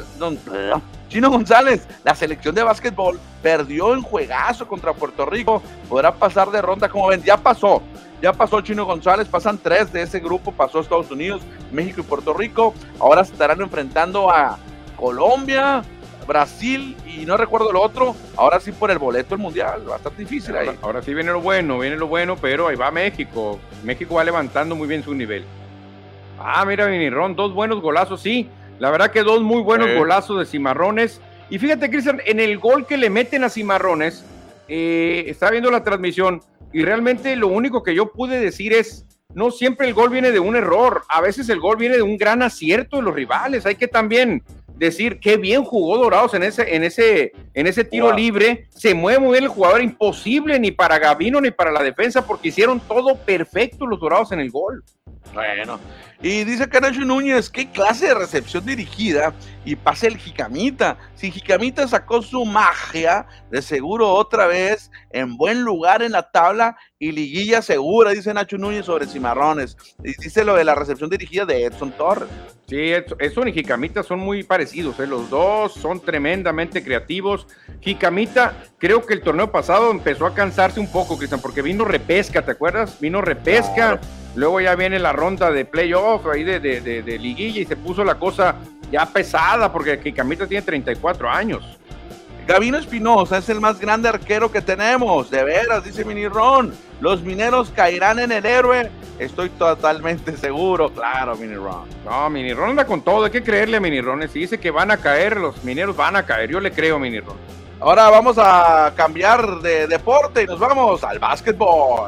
González, la selección de básquetbol perdió en juegazo contra Puerto Rico, podrá pasar de ronda, como ven, ya pasó Chino González, pasan 3 de ese grupo, pasó Estados Unidos, México y Puerto Rico, ahora se estarán enfrentando a Colombia, Brasil y no recuerdo lo otro, ahora sí por el boleto del mundial, bastante difícil ahí. Ahora sí viene lo bueno, pero ahí va México va levantando muy bien su nivel. Mira, Vinirrón, 2 buenos golazos, sí, la verdad que 2 muy buenos golazos de Cimarrones, y fíjate, Cristian, en el gol que le meten a Cimarrones, estaba viendo la transmisión, y realmente lo único que yo pude decir es, no siempre el gol viene de un error, a veces el gol viene de un gran acierto de los rivales, hay que también decir qué bien jugó Dorados en ese tiro libre, se mueve muy bien el jugador, imposible ni para Gavino ni para la defensa, porque hicieron todo perfecto los Dorados en el gol. Bueno, y dice Canacho Núñez, qué clase de recepción dirigida y pase el Jicamita. Si Jicamita sacó su magia, de seguro otra vez en buen lugar en la tabla y liguilla segura, dice Nacho Núñez sobre Cimarrones. Y dice lo de la recepción dirigida de Edson Torres. Sí, Edson y Jicamita son muy parecidos, los 2 son tremendamente creativos. Jicamita, creo que el torneo pasado empezó a cansarse un poco, Cristian, porque vino repesca, ¿te acuerdas? Vino repesca, luego ya viene la ronda de playoff ahí de liguilla y se puso la cosa ya pesada, porque Jicamita tiene 34 años. Gavino Espinosa es el más grande arquero que tenemos, de veras, dice Minirrón. Los mineros caerán en el héroe, estoy totalmente seguro, claro, Minirrón. No, Minirrón anda con todo, hay que creerle a Minirrón. Si dice que van a caer, los mineros van a caer, yo le creo a Minirrón. Ahora vamos a cambiar de deporte y nos vamos al básquetbol.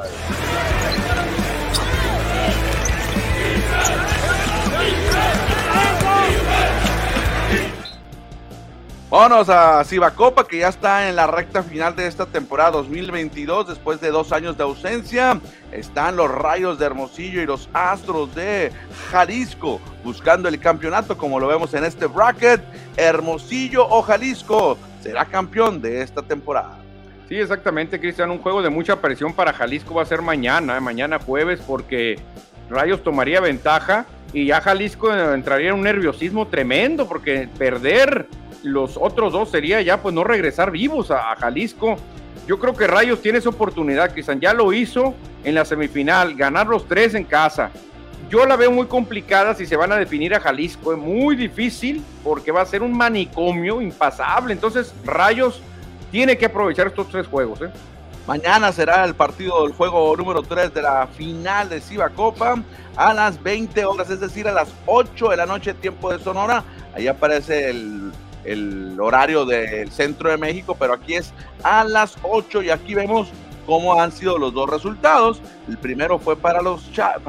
Vámonos a Cibacopa, que ya está en la recta final de esta temporada 2022, después de 2 años de ausencia. Están los Rayos de Hermosillo y los Astros de Jalisco buscando el campeonato, como lo vemos en este bracket. Hermosillo o Jalisco será campeón de esta temporada. Sí, exactamente, Cristian, un juego de mucha presión para Jalisco va a ser mañana jueves, porque Rayos tomaría ventaja y ya Jalisco entraría en un nerviosismo tremendo, porque perder los otros dos sería ya pues no regresar vivos a Jalisco. Yo creo que Rayos tiene esa oportunidad, Cristian, ya lo hizo en la semifinal, ganar los 3 en casa. Yo la veo muy complicada si se van a definir a Jalisco, es muy difícil porque va a ser un manicomio impasable, entonces Rayos tiene que aprovechar estos 3 juegos. Mañana será el partido del juego número 3 de la final de Cibacopa a las 20 horas, es decir, a las 8 de la noche, tiempo de Sonora. Ahí aparece el horario del centro de México, pero aquí es a las 8 y aquí vemos cómo han sido los 2 resultados. El primero fue para los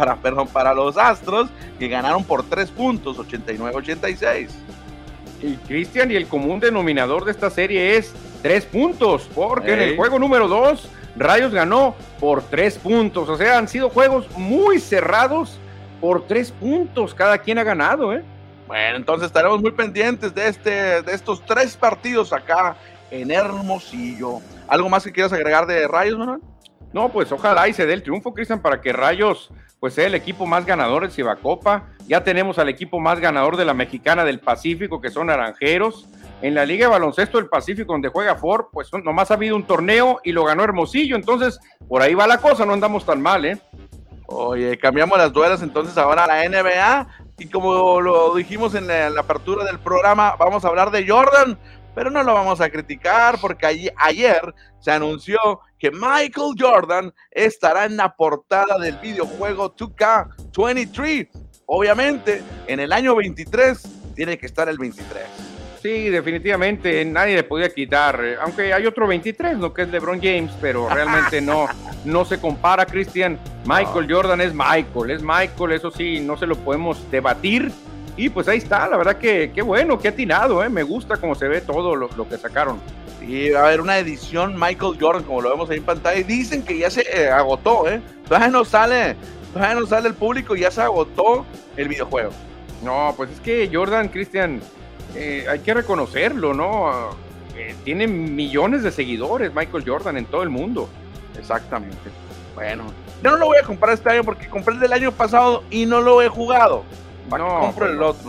Astros, que ganaron por 3 puntos, 89-86. Y Cristian, y el común denominador de esta serie es 3 puntos, porque en el juego número 2 Rayos ganó por 3 puntos, o sea, han sido juegos muy cerrados por 3 puntos, cada quien ha ganado, Bueno, entonces estaremos muy pendientes de estos 3 partidos acá en Hermosillo. ¿Algo más que quieras agregar de Rayos, Manuel? No, pues ojalá y se dé el triunfo, Cristian, para que Rayos pues sea el equipo más ganador de Cibacopa. Ya tenemos al equipo más ganador de la Mexicana del Pacífico, que son Naranjeros. En la Liga de Baloncesto del Pacífico, donde juega Ford, pues nomás ha habido un torneo y lo ganó Hermosillo. Entonces, por ahí va la cosa, no andamos tan mal, Oye, cambiamos las duelas entonces ahora a la NBA. Y como lo dijimos en la apertura del programa, vamos a hablar de Jordan, pero no lo vamos a criticar porque ayer se anunció que Michael Jordan estará en la portada del videojuego 2K23. Obviamente, en el año 23 tiene que estar el 23. Sí, definitivamente, nadie le podía quitar, aunque hay otro 23, ¿no? Que es LeBron James, pero realmente no se compara, Cristian. Michael Jordan es Michael, eso sí, no se lo podemos debatir. Y pues ahí está, la verdad que qué bueno, qué atinado, me gusta cómo se ve todo lo que sacaron. Y va a haber una edición Michael Jordan, como lo vemos ahí en pantalla, y dicen que ya se agotó, todavía no sale el público, ya se agotó el videojuego. No, pues es que Jordan, Cristian, hay que reconocerlo, ¿no? Tiene millones de seguidores Michael Jordan en todo el mundo. Exactamente. Bueno, yo no lo voy a comprar este año porque compré el del año pasado y no lo he jugado. Compro el otro,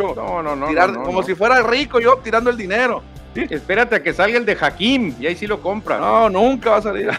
como si fuera rico yo tirando el dinero. ¿Sí? Espérate a que salga el de Hakim y ahí sí lo compras. No, nunca va a salir.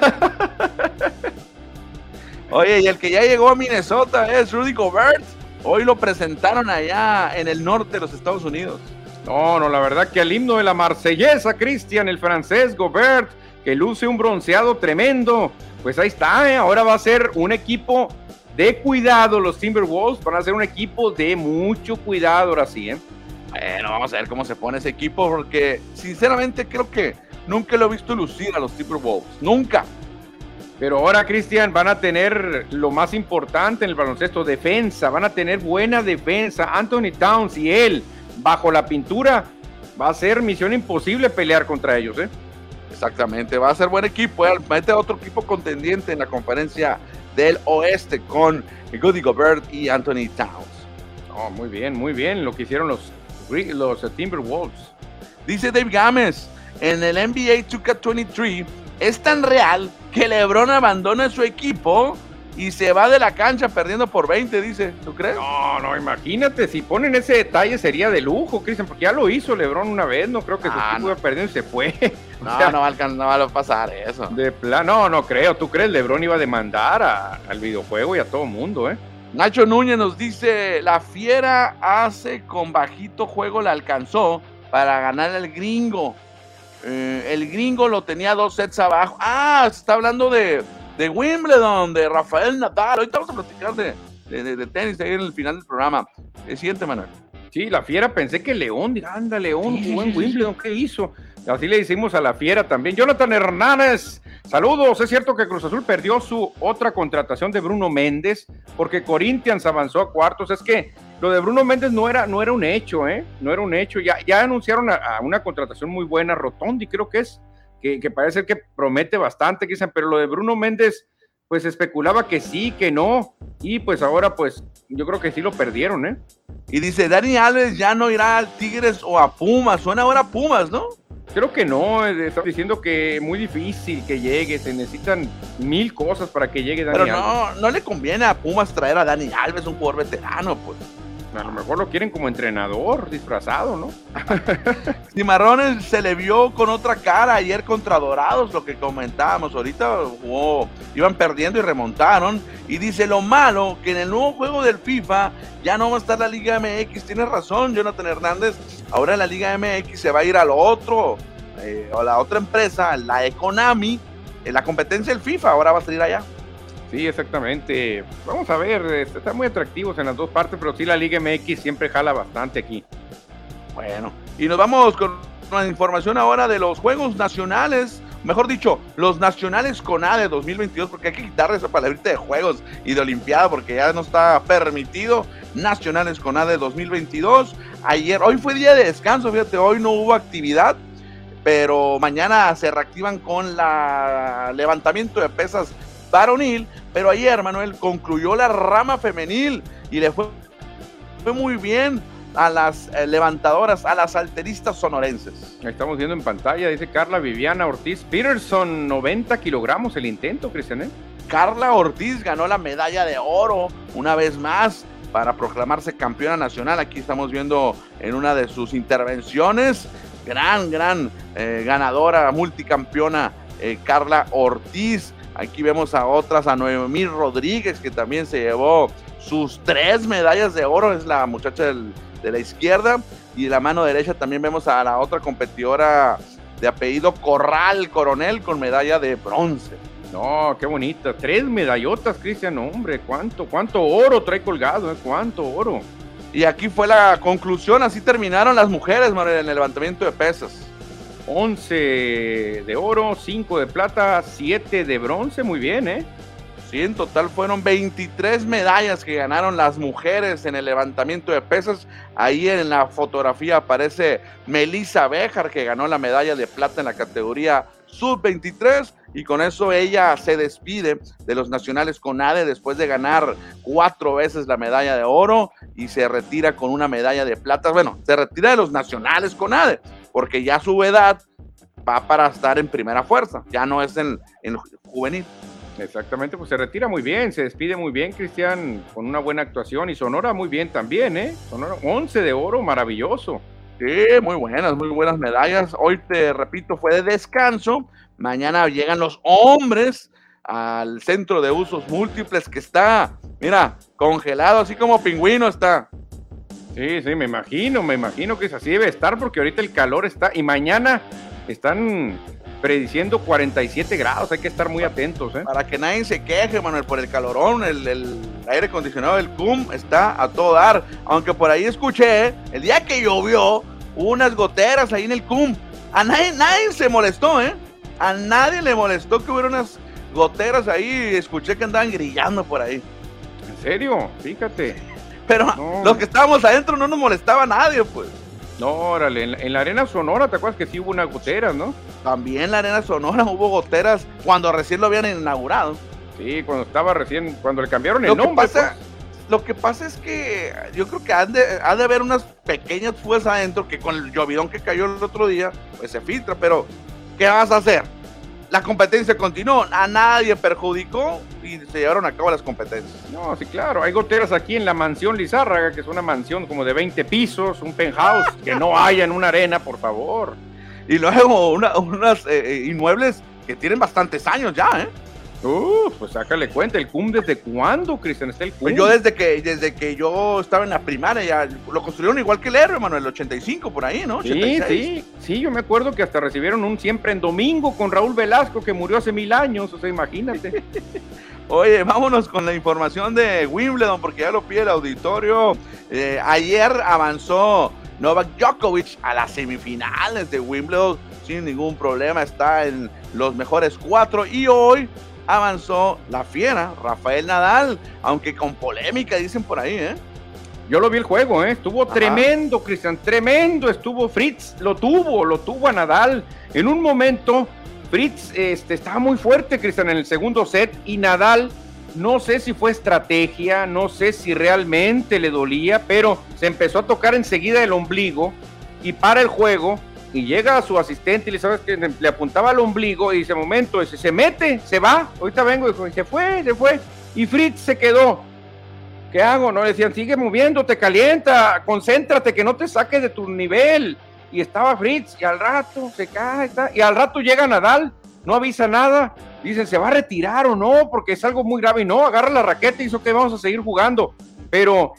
Oye, y el que ya llegó a Minnesota es Rudy Gobert. Hoy lo presentaron allá en el norte de los Estados Unidos. No, la verdad que al himno de la marsellesa, Cristian, el francés Gobert, que luce un bronceado tremendo, pues ahí está, ahora va a ser un equipo de cuidado. Los Timberwolves van a ser un equipo de mucho cuidado, ahora sí, Bueno, vamos a ver cómo se pone ese equipo, porque sinceramente creo que nunca lo he visto lucir a los Timberwolves, nunca. Pero ahora, Cristian, van a tener lo más importante en el baloncesto, defensa, van a tener buena defensa. Anthony Towns y él, bajo la pintura, va a ser misión imposible pelear contra ellos, Exactamente, va a ser buen equipo, mete otro equipo contendiente en la conferencia del oeste con Rudy Gobert y Anthony Towns. Oh, muy bien, lo que hicieron los Timberwolves. Dice Dave Gámez, en el NBA 2K23 es tan real que LeBron abandona su equipo y se va de la cancha perdiendo por 20, dice. ¿Tú crees? No, imagínate, si ponen ese detalle sería de lujo, Cristian, porque ya lo hizo LeBron una vez, no creo que su equipo iba perdiendo y se fue. No va a pasar eso. De plano, no creo. ¿Tú crees LeBron iba a demandar al videojuego y a todo mundo, Nacho Núñez nos dice, la Fiera hace con bajito juego la alcanzó para ganar al Gringo. El Gringo lo tenía 2 sets abajo. Se está hablando de Wimbledon, de Rafael Nadal. Ahorita vamos a platicar de tenis ahí en el final del programa. Siguiente, Manuel. Sí, la Fiera, pensé que León, anda, León jugó en Wimbledon, ¿qué hizo? Así le decimos a la Fiera también. Jonathan Hernández, saludos. Es cierto que Cruz Azul perdió su otra contratación de Bruno Méndez porque Corinthians avanzó a cuartos. Es que lo de Bruno Méndez no era un hecho, no era un hecho. Ya anunciaron a una contratación muy buena, Rotondi, creo que es, que parece que promete bastante, quizá, pero lo de Bruno Méndez, pues especulaba que sí, que no, y pues ahora pues yo creo que sí lo perdieron, Y dice, Dani Alves ya no irá al Tigres o a Pumas, suena ahora a Pumas, ¿no? Creo que no, está diciendo que muy difícil que llegue, se necesitan 1000 cosas para que llegue Dani Alves. Pero no le conviene a Pumas traer a Dani Alves, un jugador veterano, pues. A lo mejor lo quieren como entrenador disfrazado, ¿no? Cimarrones se le vio con otra cara ayer contra Dorados, lo que comentábamos. Ahorita iban perdiendo y remontaron. Y dice, lo malo, que en el nuevo juego del FIFA ya no va a estar la Liga MX. Tienes razón, Jonathan Hernández. Ahora en la Liga MX se va a ir a lo otro, o la otra empresa, la Konami, la competencia del FIFA, ahora va a salir allá. Sí, exactamente. Vamos a ver, están muy atractivos en las dos partes, pero sí la Liga MX siempre jala bastante aquí. Bueno, y nos vamos con una información ahora de los Juegos Nacionales, mejor dicho, los Nacionales CONADE 2022, porque hay que quitarle esa palabrita de Juegos y de Olimpiada, porque ya no está permitido. Nacionales CONADE 2022, hoy fue día de descanso, fíjate, hoy no hubo actividad, pero mañana se reactivan con la levantamiento de pesas varonil, pero ayer, Manuel, concluyó la rama femenil y le fue muy bien a las levantadoras, a las halteristas sonorenses. Estamos viendo en pantalla, dice Carla Viviana Ortiz Peterson, 90 kilogramos el intento, Cristian. Carla Ortiz ganó la medalla de oro una vez más para proclamarse campeona nacional. Aquí estamos viendo en una de sus intervenciones, gran ganadora, multicampeona, Carla Ortiz. Aquí vemos a otras, a Noemí Rodríguez, que también se llevó sus 3 medallas de oro, es la muchacha de la izquierda, y de la mano derecha también vemos a la otra competidora de apellido Corral Coronel con medalla de bronce. No, qué bonita, 3 medallotas, Cristian, hombre, cuánto oro trae colgado, cuánto oro. Y aquí fue la conclusión, así terminaron las mujeres, Manuel, en el levantamiento de pesas. 11 de oro, 5 de plata, 7 de bronce, muy bien, Sí, en total fueron 23 medallas que ganaron las mujeres en el levantamiento de pesas. Ahí en la fotografía aparece Melissa Béjar, que ganó la medalla de plata en la categoría sub-23, y con eso ella se despide de los Nacionales CONADE después de ganar 4 veces la medalla de oro, y se retira con una medalla de plata. Bueno, se retira de los Nacionales CONADE, porque ya su edad va para estar en primera fuerza, ya no es en juvenil. Exactamente, pues se retira muy bien, se despide muy bien, Cristian, con una buena actuación, y Sonora muy bien también, Sonora, 11 de oro, maravilloso. Sí, muy buenas medallas. Hoy, te repito, fue de descanso. Mañana llegan los hombres al centro de usos múltiples, que está, mira, congelado, así como pingüino está. Sí, me imagino que es así, debe estar, porque ahorita el calor está, y mañana están prediciendo 47 grados, hay que estar muy atentos. Para que nadie se queje, Manuel, por el calorón, el aire acondicionado del CUM está a todo dar, aunque por ahí escuché, el día que llovió, hubo unas goteras ahí en el CUM, a nadie se molestó, a nadie le molestó que hubiera unas goteras ahí, escuché que andaban grillando por ahí. ¿En serio? Fíjate. Pero no, los que estábamos adentro no nos molestaba a nadie, pues. No, órale, en la Arena Sonora, ¿te acuerdas que sí hubo unas goteras, no? También en la Arena Sonora hubo goteras cuando recién lo habían inaugurado. Sí, cuando le cambiaron el nombre. Lo que pasa es que yo creo que ha de haber unas pequeñas fugas adentro que con el llovidón que cayó el otro día, pues se filtra, pero ¿qué vas a hacer? La competencia continuó, a nadie perjudicó y se llevaron a cabo las competencias. No, sí, claro, hay goteras aquí en la mansión Lizárraga, que es una mansión como de 20 pisos, un penthouse, que no haya en una arena, por favor. Y luego unas inmuebles que tienen bastantes años ya, Pues sácale cuenta, ¿el CUM desde cuándo, Cristian? ¿Está el CUM? Pues yo desde que yo estaba en la primaria, ya lo construyeron igual que el Héroe, Manuel, el 85 por ahí, ¿no? 86. Sí, yo me acuerdo que hasta recibieron un Siempre en Domingo con Raúl Velasco, que murió hace 1000 años, o sea, imagínate. Oye, vámonos con la información de Wimbledon, porque ya lo pide el auditorio. Ayer avanzó Novak Djokovic a las semifinales de Wimbledon sin ningún problema, está en los mejores 4, y hoy avanzó la fiera Rafael Nadal, aunque con polémica dicen por ahí, Yo lo vi el juego, estuvo tremendo, Cristian, tremendo, estuvo Fritz, lo tuvo a Nadal. En un momento, Fritz estaba muy fuerte, Cristian, en el segundo set, y Nadal, no sé si fue estrategia, no sé si realmente le dolía, pero se empezó a tocar enseguida el ombligo, y para el juego, y llega a su asistente y le apuntaba al ombligo, y dice, momento, se mete, se va, ahorita vengo, y se fue, y Fritz se quedó. ¿Qué hago? No, le decían, sigue moviéndote, calienta, concéntrate, que no te saques de tu nivel. Y estaba Fritz, y al rato se cae, y al rato llega Nadal, no avisa nada, dicen, ¿se va a retirar o no? Porque es algo muy grave, y no, agarra la raqueta y dice, ok, vamos a seguir jugando. Pero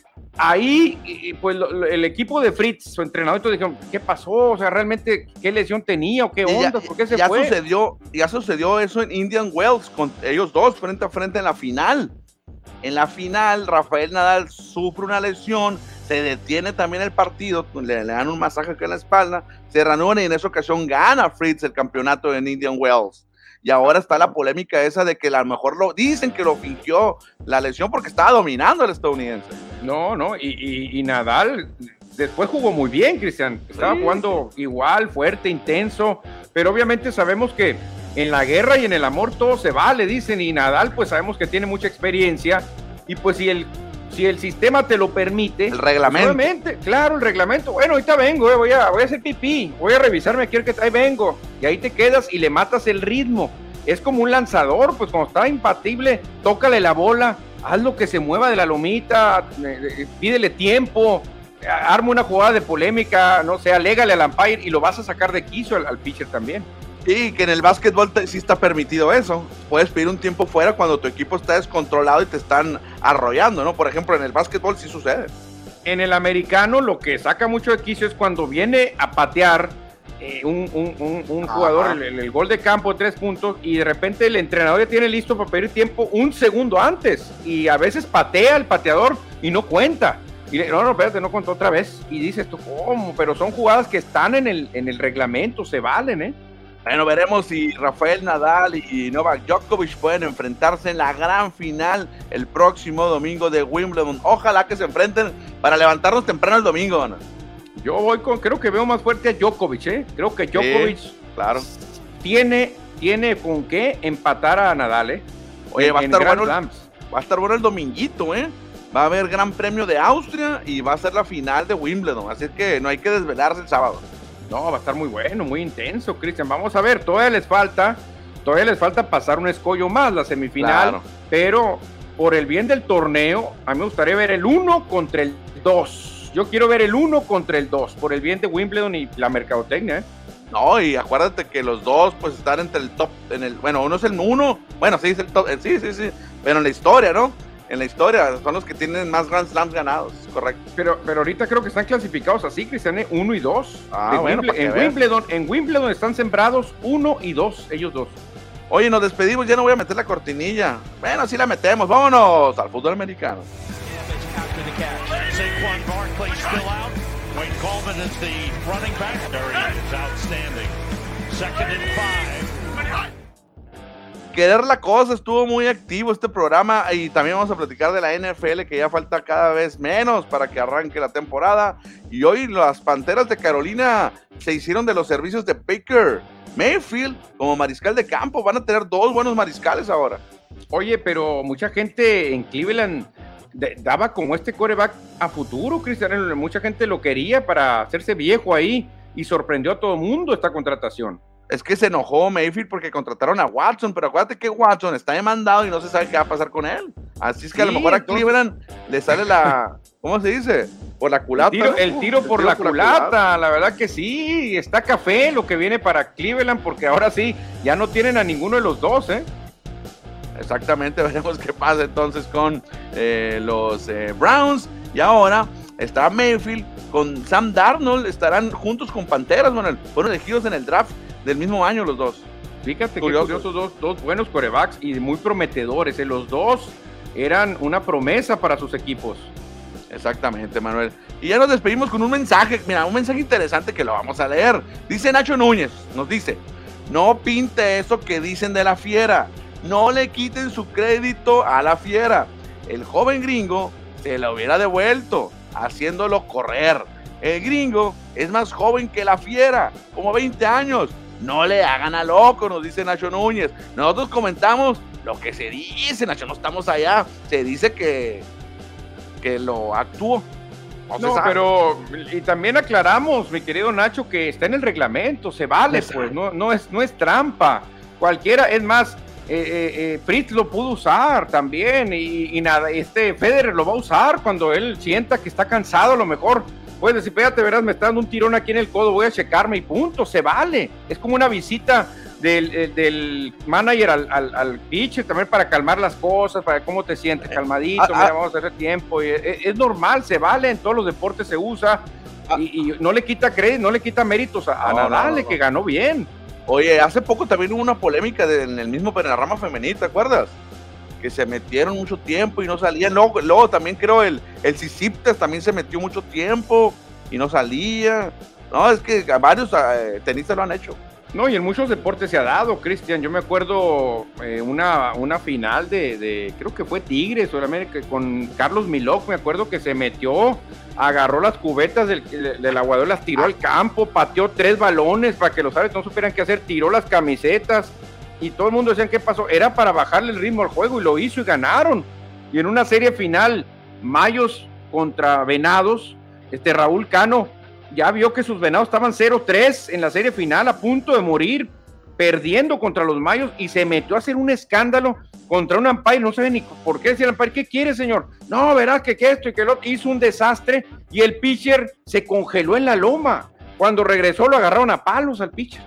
ahí, pues el equipo de Fritz, su entrenador, entonces dijeron, ¿qué pasó? O sea, realmente, ¿qué lesión tenía o qué onda? ¿Por qué se fue? Ya sucedió eso en Indian Wells, con ellos dos frente a frente en la final. En la final, Rafael Nadal sufre una lesión, se detiene también el partido, le dan un masaje acá en la espalda, se reanuda y en esa ocasión gana Fritz el campeonato en Indian Wells. Y ahora está la polémica esa de que a lo mejor dicen que lo fingió la lesión porque estaba dominando el estadounidense. No, y Nadal después jugó muy bien, Cristian. Estaba jugando igual, fuerte, intenso, pero obviamente sabemos que en la guerra y en el amor todo se vale, dicen, y Nadal pues sabemos que tiene mucha experiencia, y pues si el sistema te lo permite, el reglamento, obviamente, claro, el reglamento, bueno, ahorita vengo, voy a hacer pipí, voy a revisarme aquí, ahí vengo, y ahí te quedas y le matas el ritmo. Es como un lanzador, pues cuando está impatible, tócale la bola, haz lo que se mueva de la lomita, pídele tiempo, arma una jugada de polémica, no sé, alégale al umpire y lo vas a sacar de quicio al pitcher también. Sí, que en el básquetbol sí está permitido eso. Puedes pedir un tiempo fuera cuando tu equipo está descontrolado y te están arrollando, ¿no? Por ejemplo, en el básquetbol sí sucede. En el americano lo que saca mucho de quicio es cuando viene a patear un jugador el gol de campo de 3 puntos y de repente el entrenador ya tiene listo para pedir tiempo un segundo antes y a veces patea el pateador y no cuenta. Y no, espérate, no contó otra vez. Y dices tú, ¿cómo? Pero son jugadas que están en el reglamento, se valen, Bueno, veremos si Rafael Nadal y Novak Djokovic pueden enfrentarse en la gran final el próximo domingo de Wimbledon. Ojalá que se enfrenten para levantarnos temprano el domingo, ¿no? Yo creo que veo más fuerte a Djokovic, Creo que Djokovic claro. tiene con qué empatar a Nadal, Oye, va a estar bueno el dominguito, Va a haber Gran Premio de Austria y va a ser la final de Wimbledon, así que no hay que desvelarse el sábado. No, va a estar muy bueno, muy intenso, Cristian. Vamos a ver, todavía les falta pasar un escollo más, la semifinal, claro. Pero por el bien del torneo, a mí me gustaría ver el 1 contra el 2. Yo quiero ver el 1 contra el 2, por el bien de Wimbledon y la mercadotecnia, No, y acuérdate que los dos pues están entre el top, uno es el 1, bueno, sí, es el top, sí, pero en la historia, ¿no? En la historia son los que tienen más Grand Slams ganados, correcto. Pero ahorita creo que están clasificados así, Cristian, 1 y 2. Bueno, en Wimbledon están sembrados 1 y 2, ellos dos. Oye, nos despedimos, ya no voy a meter la cortinilla. Bueno, sí la metemos, vámonos al fútbol americano. Querer la cosa, estuvo muy activo este programa y también vamos a platicar de la NFL que ya falta cada vez menos para que arranque la temporada y hoy las Panteras de Carolina se hicieron de los servicios de Baker Mayfield como mariscal de campo, van a tener 2 buenos mariscales ahora. Oye, pero mucha gente en Cleveland daba como este quarterback a futuro, Cristian, mucha gente lo quería para hacerse viejo ahí y sorprendió a todo el mundo esta contratación. Es que se enojó Mayfield porque contrataron a Watson, pero acuérdate que Watson está demandado y no se sabe qué va a pasar con él. Así es que a lo mejor a Cleveland le sale la, ¿cómo se dice? Por la culata. El tiro por la culata, la verdad que sí, está café lo que viene para Cleveland, porque ahora sí, ya no tienen a ninguno de los dos, Exactamente, veremos qué pasa entonces con los Browns. Y ahora está Mayfield con Sam Darnold, estarán juntos con Panteras, Manuel. Fueron elegidos en el draft del mismo año los dos. Fíjate que curiosos, dos buenos quarterbacks y muy prometedores. Los dos eran una promesa para sus equipos. Exactamente, Manuel. Y ya nos despedimos con un mensaje, mira, un mensaje interesante que lo vamos a leer. Dice Nacho Núñez, nos dice: no pinte eso que dicen de la Fiera. No le quiten su crédito a la Fiera. El joven gringo se lo hubiera devuelto. haciéndolo correr. El gringo es más joven que la fiera, como 20 años. No le hagan a loco, nos dice Nacho Núñez. Nosotros comentamos lo que se dice, Nacho, no estamos allá. Se dice que lo actuó. No, pero y también aclaramos, mi querido Nacho, que está en el reglamento, se vale, pues, no es trampa. Cualquiera, es más, Fritz lo pudo usar también y nada, Federer lo va a usar cuando él sienta que está cansado, a lo mejor. Puedes decir, espérate, verás, me está dando un tirón aquí en el codo, voy a checarme y punto, se vale. Es como una visita del manager al pitcher también para calmar las cosas, para cómo te sientes, calmadito, mira, vamos a hacer tiempo. Es normal, se vale, en todos los deportes se usa y no le quita crédito, no le quita méritos a Nadal, que ganó bien. Oye, hace poco también hubo una polémica en el mismo, pero en la rama femenina, ¿te acuerdas? Que se metieron mucho tiempo y no salían. Luego también creo el Tsitsipas también se metió mucho tiempo y no salía. No, es que varios tenistas lo han hecho. No, y en muchos deportes se ha dado, Cristian. Yo me acuerdo una final de creo que fue Tigres solamente con Carlos Milok, me acuerdo que se metió, agarró las cubetas del aguador, las tiró al campo, pateó 3 balones para que los árbitros no supieran qué hacer, tiró las camisetas y todo el mundo decía qué pasó, era para bajarle el ritmo al juego y lo hizo y ganaron. Y en una serie final, Mayos contra Venados, Raúl Cano ya vio que sus Venados estaban 0-3 en la serie final, a punto de morir, perdiendo contra los Mayos, y se metió a hacer un escándalo contra un umpire, no sabe ni por qué decía el umpire, ¿qué quiere, señor? No, verás que esto y que lo otro, hizo un desastre, y el pitcher se congeló en la loma. Cuando regresó lo agarraron a palos al pitcher.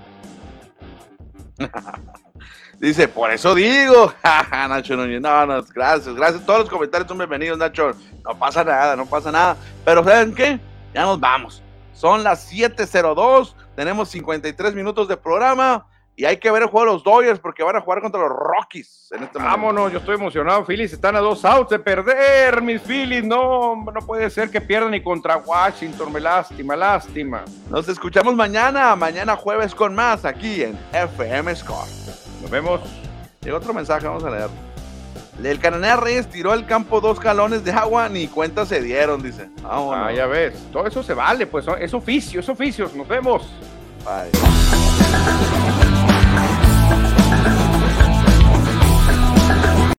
Dice, por eso digo, Nacho Núñez, no, gracias, todos los comentarios son bienvenidos, Nacho, no pasa nada, pero ¿saben qué? Ya nos vamos. Son las 7:02, tenemos 53 minutos de programa y hay que ver el juego de los Dodgers porque van a jugar contra los Rockies en este momento. Vámonos, yo estoy emocionado. Phillies están a 2 outs de perder, mis Phillies. No puede ser que pierdan ni contra Washington. Lástima. Nos escuchamos mañana jueves con más aquí en FM Score. Nos vemos. Llega otro mensaje, vamos a leer. El Cananea Reyes tiró al campo 2 galones de agua, ni cuenta se dieron, dice. Vámonos. Ya ves, todo eso se vale, pues es oficio, nos vemos. Bye.